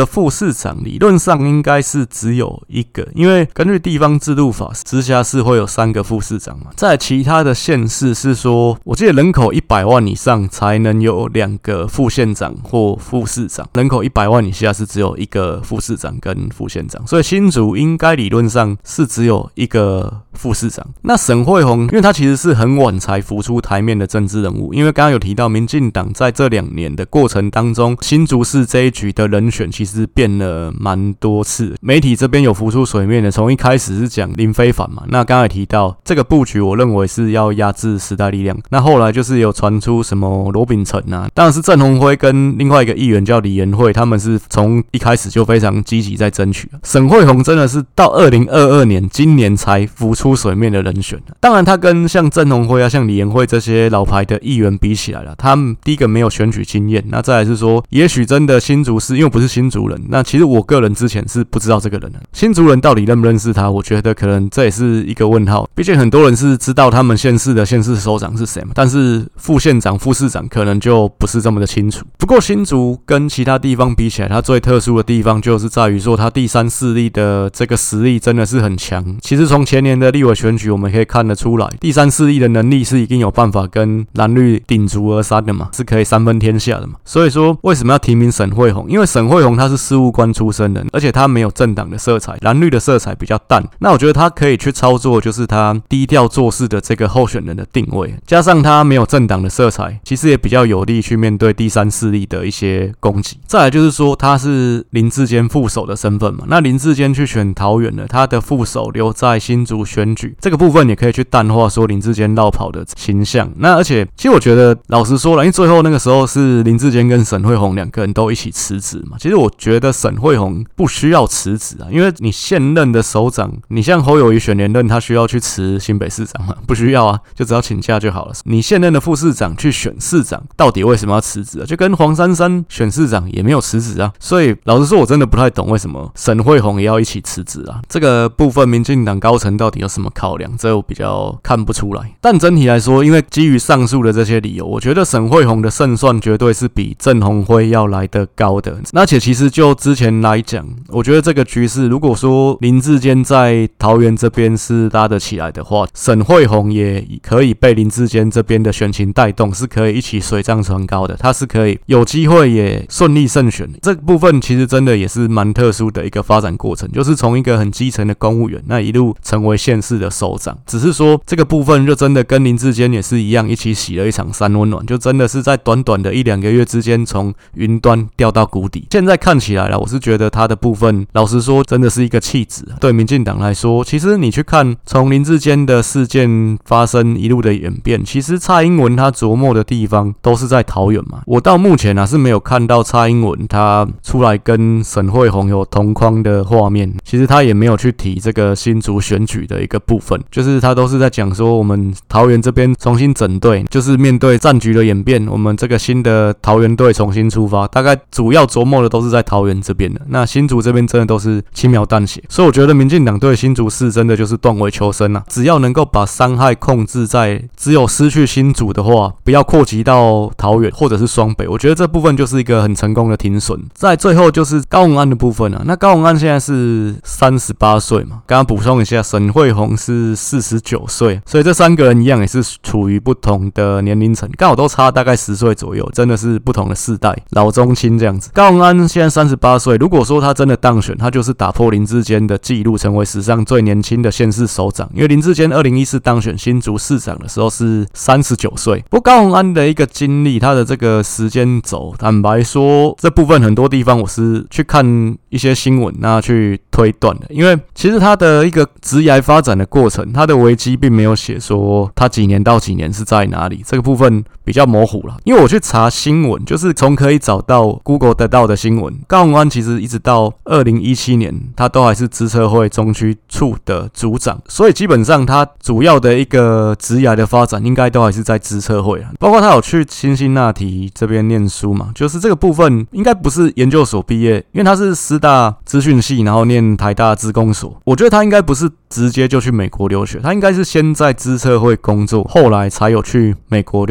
Speaker 1: 副市长理论上应该是只有一个，因为根据地方制度法，直辖市会有三个副市长嘛。在其他的县市是说，我记得人口一百万以上才能有两个副县长或副市长，人口一百万以下是只有一个副市长跟副县长，所以新竹应该理论上是只有一个副市长。那沈慧虹，因为他其实是很晚才浮出台面的政治人物，因为刚刚有提到民进党在这两年的过程当中，新竹市这一局的人选其实变了蛮多次，媒体这边有浮出水面的，从一开始是讲林非凡嘛，那刚才也提到这个布局，我认为是要压制时代力量，那后来就是有传出什么罗秉成啊，当然是郑鸿辉跟另外一个议员叫李延慧，他们是从一开始就非常积极在争取。沈慧虹真的是到二零二二年今年才浮出水面的人选，当然他跟像郑鸿辉啊、像李延慧这些老牌的议员比起来了，他们第一个没有选举经验，那再来是说，也许真的新竹市，因为我不是新竹人，那其实我个人之前是不知道这个人的，新竹人到底认不认识他，我觉得可能这也是一个问号。毕竟很多人是知道他们县市的县市首长是谁嘛，但是副县长、副市长可能就不是这么的清楚。不过新竹跟其他地方比起来，它最特殊的地方就是在于说，它第三势力的这个实力真的是很强。其实从前年的立委选举，我们可以看得出来，第三势力的能力是一定有办法跟蓝绿鼎足而三的嘛，是可以三分天下的嘛。所以说，为什么要提名沈慧虹？因为沈慧虹他是事务官出身的，而且他没有政党的色彩，蓝绿的色彩比较淡。那我觉得他可以去操作，就是他低调做事的这个候选人的定位，加上他没有政党的色彩，其实也比较有利去面对第三势力的一些攻击。再来就是说，他是林智坚副手的身份嘛，那林智坚去选桃园了，他的副手留在新竹选举，这个部分也可以去淡化说林智坚绕跑的形象。那而且，其实我觉得老实说了，因为最后那个时候是林智坚跟沈慧虹两个人都一起辞职嘛，其实我觉得沈慧虹不需要辞职啊，因为你现任的首长，你像侯友宜选连任，他需要去辞新北市长吗？不需要啊，就只要请假就好了。你现任的副市长去选市长，到底为什么要辞职啊？就跟黄珊珊选市长也没有辞职啊。所以老实说，我真的不太懂为什么沈慧虹也要一起辞职啊。这个部分民进党高层到底有什么考量，这我比较看不出来。但整体来说，因为基于上述的这些理由，我觉得沈慧虹的胜算绝对是比郑鸿辉要来得高的。而且其实就之前来讲，我觉得这个局势，如果说林智坚在桃园这边是拉得起来的话，沈慧虹也可以被林智坚这边的选情带动，是可以一起水涨船高的，他是可以有机会也顺利胜选。这个部分其实真的也是蛮特殊的一个发展过程，就是从一个很基层的公务员，那一路成为县市的首长。只是说这个部分就真的跟林智坚也是一样，一起洗了一场三温暖，就真的是在短短的一两个月之间，从云端掉到谷底。现在看起来啦，我是觉得他的部分，老实说，真的是一个弃子。对民进党来说，其实你去看从林智坚的事件发生一路的演变，其实蔡英文他琢磨的地方都是在桃园嘛。我到目前啊是没有看到蔡英文他出来跟沈慧虹有同框的画面，其实他也没有去提这个新竹选举的一个部分，就是他都是在讲说我们桃园这边重新整队，就是面对战局的演变，我们这个新的桃园队重新出发，大概主要琢磨的都是在桃园这边的。那新竹这边真的都是轻描淡写，所以我觉得民进党对新竹市真的就是断尾求生啊！只要能够把伤害控制在只有失去新竹的话，不要扩及到桃园或者是双北，我觉得这部分就是一个很成功的停损。在最后就是高虹安的部分啊，那高虹安现在是三十八岁嘛，刚刚补充一下，沈慧虹是四十九岁，所以这三个人一样也是处于不同的年龄层，刚好都差大概十岁左右，真的是不同的世代，老中青这样子。高虹安现在三十八岁，如果说他真的当选，他就是打破林智坚的纪录，成为史上最年轻的县市首长。因为林智坚二零一四当选新竹市长的时候是三十九岁。不过高虹安的一个经历，他的这个时间轴，坦白说，这部分很多地方我是去看一些新闻那去推断的。因为其实他的一个职业发展的过程，他的危机并没有写说他几年到几年是在哪里，这个部分比较模糊了。因为我去查新闻，就是从可以找到 Google 得到的新闻，高虹安其实一直到二零一七年，他都还是资策会中区处的组长，所以基本上他主要的一个职业的发展应该都还是在资策会啊。包括他有去辛辛那提这边念书嘛，就是这个部分应该不是研究所毕业，因为他是师大资讯系，然后念台大资工所，我觉得他应该不是直接就去美国留学，他应该是先在资策会工作，后来才有去美国留学的。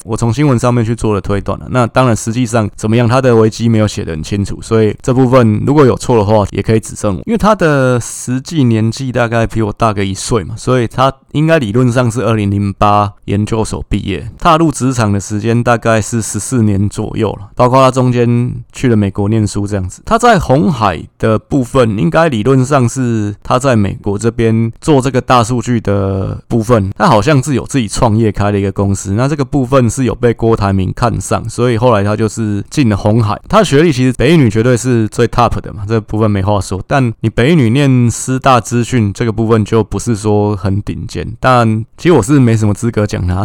Speaker 1: 我从新闻上面去做了推断了。那当然实际上怎么样，他的维基没有写得很清楚，所以这部分如果有错的话也可以指正我，因为他的实际年纪大概比我大个一岁嘛，所以他应该理论上是二零零八研究所毕业，踏入职场的时间大概是十四年左右了，包括他中间去了美国念书这样子。他在鸿海的部分应该理论上是他在美国这边做这个大数据的部分，他好像是有自己创业开了一个公司，那这个部分是有被郭台铭看上，所以后来他就是进了鸿海。他的学历其实北一女绝对是最 top 的嘛，这个部分没话说，但你北一女念师大资讯这个部分就不是说很顶尖，但其实我是没什么资格讲他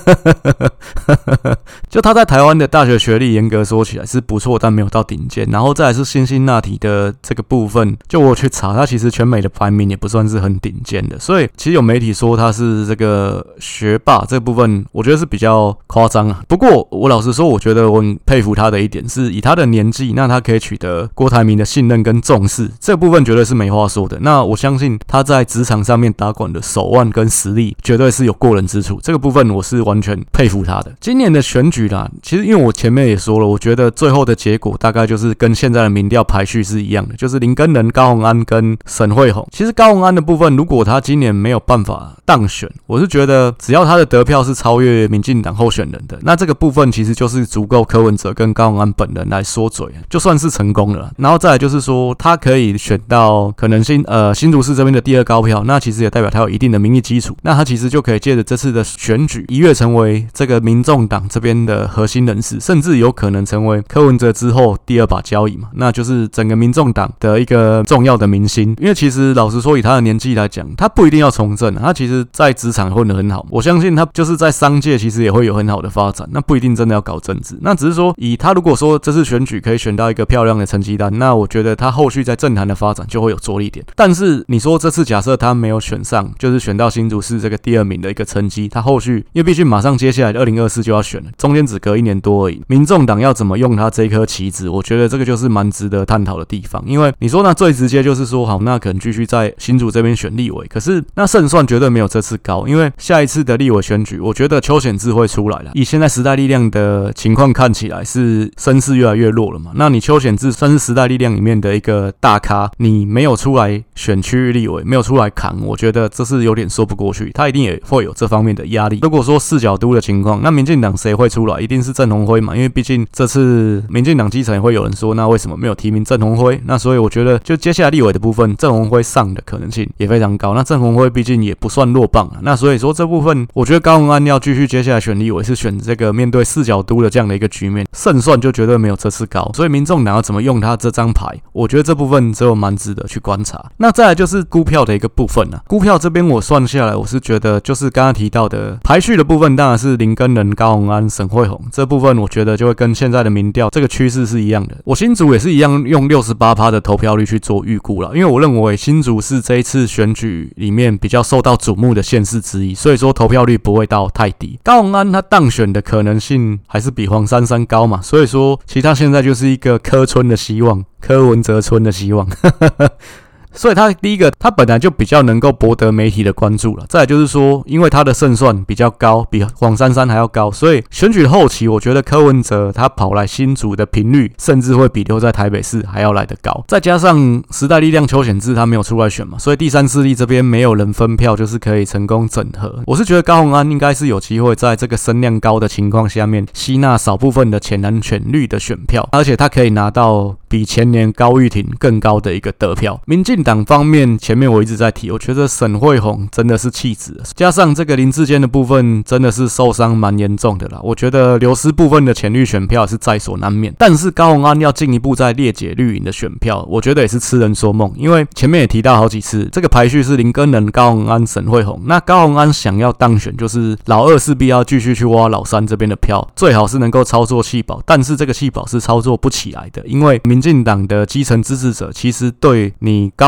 Speaker 1: 就他在台湾的大学学历严格说起来是不错，但没有到顶尖。然后再来是辛辛那提的这个部分，就我去查，他其实全美的排名也不算是很顶尖的，所以其实有媒体说他是这个学霸，这个部分我觉得是比较夸张啊。不过我老实说，我觉得我很佩服他的一点是，以他的年纪，那他可以取得郭台铭的信任跟重视，这个部分绝对是没话说的。那我相信他在职场上面打滚的手腕跟实力，绝对是有过人之处，这个部分我是完全佩服他的。今年的选举啦，其实因为我前面也说了，我觉得最后的结果大概就是跟现在的民调排序是一样的，就是林耕仁、高虹安跟沈慧虹。其实高虹安的部分，如果他今年没有办法当选，我是觉得只要他的得票是超越民进党候选人的，那这个部分其实就是足够柯文哲跟高虹安本人来说嘴，就算是成功了。然后再来就是说，他可以选到可能新呃新竹市这边的第二高票，那其实也代表他有一定的民意基础，那他其实就可以借着这次的选举一跃成为这个民众党这边的核心人士，甚至有可能成为柯文哲之后第二把交椅嘛，那就是整个民众党的一个重要的明星。因为其实老实说，以他的年纪来讲，他不一定要从政，他其实在职场混得很好，我相信他就是在商界其实也会有很好的发展，那不一定真的要搞政治，那只是说以他如果说这次选举可以选到一个漂亮的成绩单，那我觉得他后续在政坛的发展就会有着力点。但是你说这次假设他没有选上，就是选到新竹市这个第二名的一个成绩，他后续因为毕竟马上接下来的二零二四就要选了，中间只隔一年多而已，民众党要怎么用他这颗棋子，我觉得这个就是蛮值得探讨的地方。因为你说那最直接就是说好，那可能继续在新竹这边选立委，可是那胜算绝对没有这次高，因为下一次的立委选举，我觉得邱显智会出来了。以现在时代力量的情况看起来是声势越来越弱了嘛，那你邱显智算是时代力量里面的一个大咖，你没有出来选区域立委，没有出来扛，我觉得这是有点说不过去，他一定也会有这方面的压力。如果说四角都的情况，那民进党谁会出来？一定是郑鸿辉嘛，因为毕竟这次民进党基层也会有人说，那为什么没有提名郑鸿辉？那所以我觉得就接下来立委的部分，郑鸿辉上的可能性也非常高。那郑鸿辉毕竟也不算弱棒啊，那所以说这部分我觉得高虹安要继续接下来选立委，是选这个面对四角都的这样的一个局面，胜算就绝对没有这次高。所以民众党要怎么用他这张牌，我觉得这部分只有蛮值得去观察。那再来就是估票的一个部分啊，估票这边我算下来，我是觉得就是刚刚提到的排序的部分，当然是林耕仁、高虹安、沈慧虹这部分，我觉得就会跟现在的民调这个趋势是一样的。我新竹也是一样用 百分之六十八 的投票率去做预估啦，因为我认为新竹是这一次选举里面比较受到瞩目的县市之一，所以说投票率不会到太低。高虹安他当选的可能性还是比黄珊珊高嘛，所以说其实他现在就是一个柯村的希望，柯文哲村的希望所以他第一个，他本来就比较能够博得媒体的关注了。再来就是说，因为他的胜算比较高，比黄珊珊还要高，所以选举的后期，我觉得柯文哲他跑来新竹的频率，甚至会比留在台北市还要来得高。再加上时代力量邱显智他没有出来选嘛，所以第三势力这边没有人分票，就是可以成功整合。我是觉得高虹安应该是有机会在这个声量高的情况下面，吸纳少部分的浅蓝浅绿的选票，而且他可以拿到比前年高玉婷更高的一个得票。民进党方面，前面我一直在提，我觉得沈慧虹真的是弃子，加上这个林智坚的部分真的是受伤蛮严重的啦。我觉得流失部分的浅绿选票是在所难免，但是高虹安要进一步再裂解绿营的选票，我觉得也是痴人说梦。因为前面也提到好几次，这个排序是林耕仁、高虹安、沈慧虹。那高虹安想要当选，就是老二势必要继续去挖老三这边的票，最好是能够操作弃保，但是这个弃保是操作不起来的，因为民进党的基层支持者其实对你高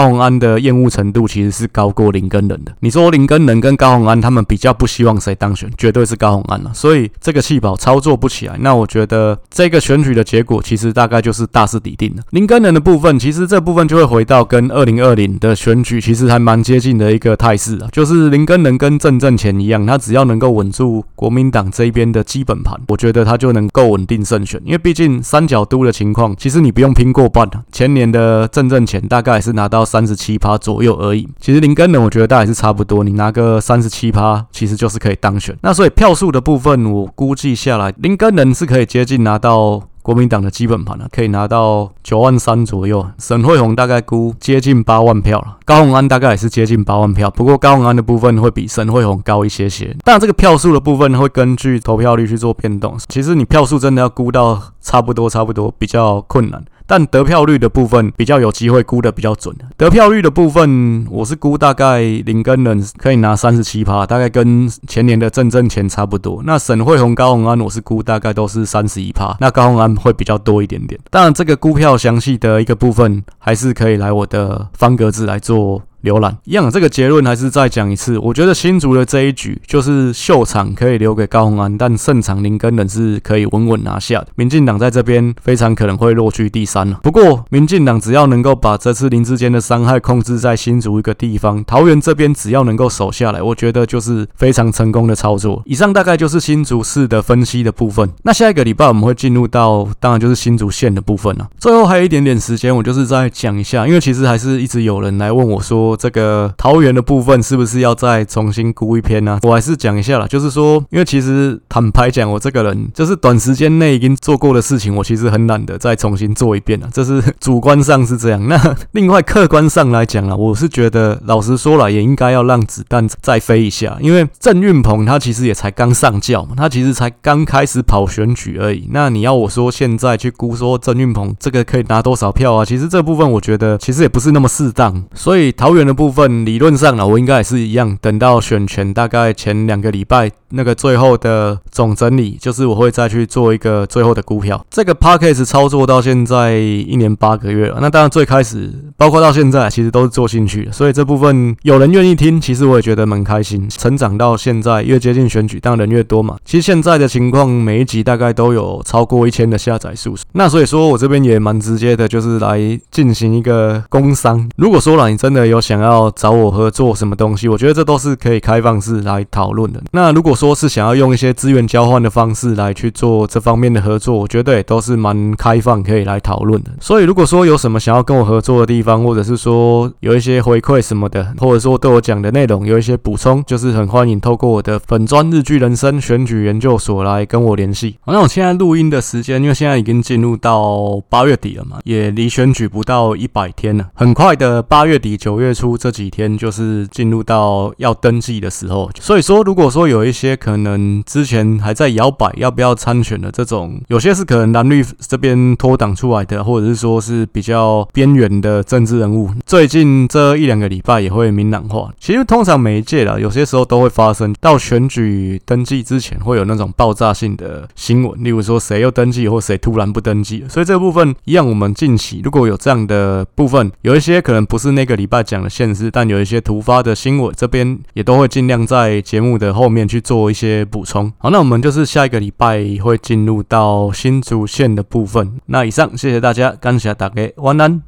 Speaker 1: 高虹安的厌恶程度其实是高过林耕仁的。你说林耕仁跟高虹安他们比较不希望谁当选，绝对是高虹安了。所以这个弃保操作不起来，那我觉得这个选举的结果其实大概就是大势已定了。林耕仁的部分，其实这部分就会回到跟二零二零的选举其实还蛮接近的一个态势啊，就是林耕仁跟郑正前一样，他只要能够稳住国民党这一边的基本盘，我觉得他就能够稳定胜选。因为毕竟三角都的情况，其实你不用拼过半啊。前年的郑正前大概也是拿到 百分之三十七 左右而已，其实林耕仁我觉得大概是差不多，你拿个 百分之三十七 其实就是可以当选。那所以票数的部分，我估计下来，林耕仁是可以接近拿到国民党的基本盘了，可以拿到九万三左右。沈慧虹大概估接近八万票了，高虹安大概也是接近八万票，不过高虹安的部分会比沈慧虹高一些些。当然这个票数的部分会根据投票率去做变动，其实你票数真的要估到差不多差不多比较困难。但得票率的部分比较有机会估的比较准。得票率的部分，我是估大概林耕仁可以拿 百分之三十七， 大概跟前年的郑正前差不多。那沈慧虹、高虹安我是估大概都是 百分之三十一， 那高虹安会比较多一点点。当然这个估票详细的一个部分，还是可以来我的方格子来做浏览。一样，这个结论还是再讲一次，我觉得新竹的这一局就是秀场可以留给高虹安，但胜场林耕仁是可以稳稳拿下的。民进党在这边非常可能会落居第三了。不过民进党只要能够把这次林智坚的伤害控制在新竹一个地方，桃园这边只要能够守下来，我觉得就是非常成功的操作。以上大概就是新竹市的分析的部分。那下一个礼拜我们会进入到当然就是新竹县的部分了。最后还有一点点时间，我就是再讲一下，因为其实还是一直有人来问我说这个桃园的部分是不是要再重新估一篇呢、啊？我还是讲一下啦，就是说，因为其实坦白讲，我这个人就是短时间内已经做过的事情，我其实很懒得再重新做一遍了，这是主观上是这样。那另外客观上来讲啦，我是觉得老实说啦，也应该要让子弹再飞一下，因为郑运鹏他其实也才刚上轿嘛，他其实才刚开始跑选举而已。那你要我说现在去估说郑运鹏这个可以拿多少票啊？其实这部分我觉得其实也不是那么适当，所以桃园的部分。理论上啦，我应该也是一样，等到选前大概前两个礼拜那个最后的总整理，就是我会再去做一个最后的估票。这个 Podcast 操作到现在一年八个月了，那当然最开始包括到现在其实都是做兴趣的，所以这部分有人愿意听，其实我也觉得蛮开心。成长到现在越接近选举，当然人越多嘛。其实现在的情况，每一集大概都有超过一千的下载数，那所以说我这边也蛮直接的，就是来进行一个工商。如果说啦，你真的有想要找我合作什么东西，我觉得这都是可以开放式来讨论的。那如果说是想要用一些资源交换的方式来去做这方面的合作，我觉得也都是蛮开放可以来讨论的。所以如果说有什么想要跟我合作的地方，或者是说有一些回馈什么的，或者说对我讲的内容有一些补充，就是很欢迎透过我的粉专日剧人生选举研究所来跟我联系。好，那我现在录音的时间，因为现在已经进入到八月底了嘛，也离选举不到一百天了，很快的八月底九月初这几天就是进入到要登记的时候。所以说如果说有一些可能之前还在摇摆要不要参选的这种，有些是可能蓝绿这边脱党出来的，或者是说是比较边缘的政治人物，最近这一两个礼拜也会明朗化。其实通常每一届啦，有些时候都会发生到选举登记之前会有那种爆炸性的新闻，例如说谁又登记或谁突然不登记了。所以这个部分一样，我们近期如果有这样的部分，有一些可能不是那个礼拜讲的县市，但有一些突发的新闻，这边也都会尽量在节目的后面去做一些补充。好，那我们就是下一个礼拜会进入到新竹县的部分。那以上谢谢大家，感谢大家，晚安。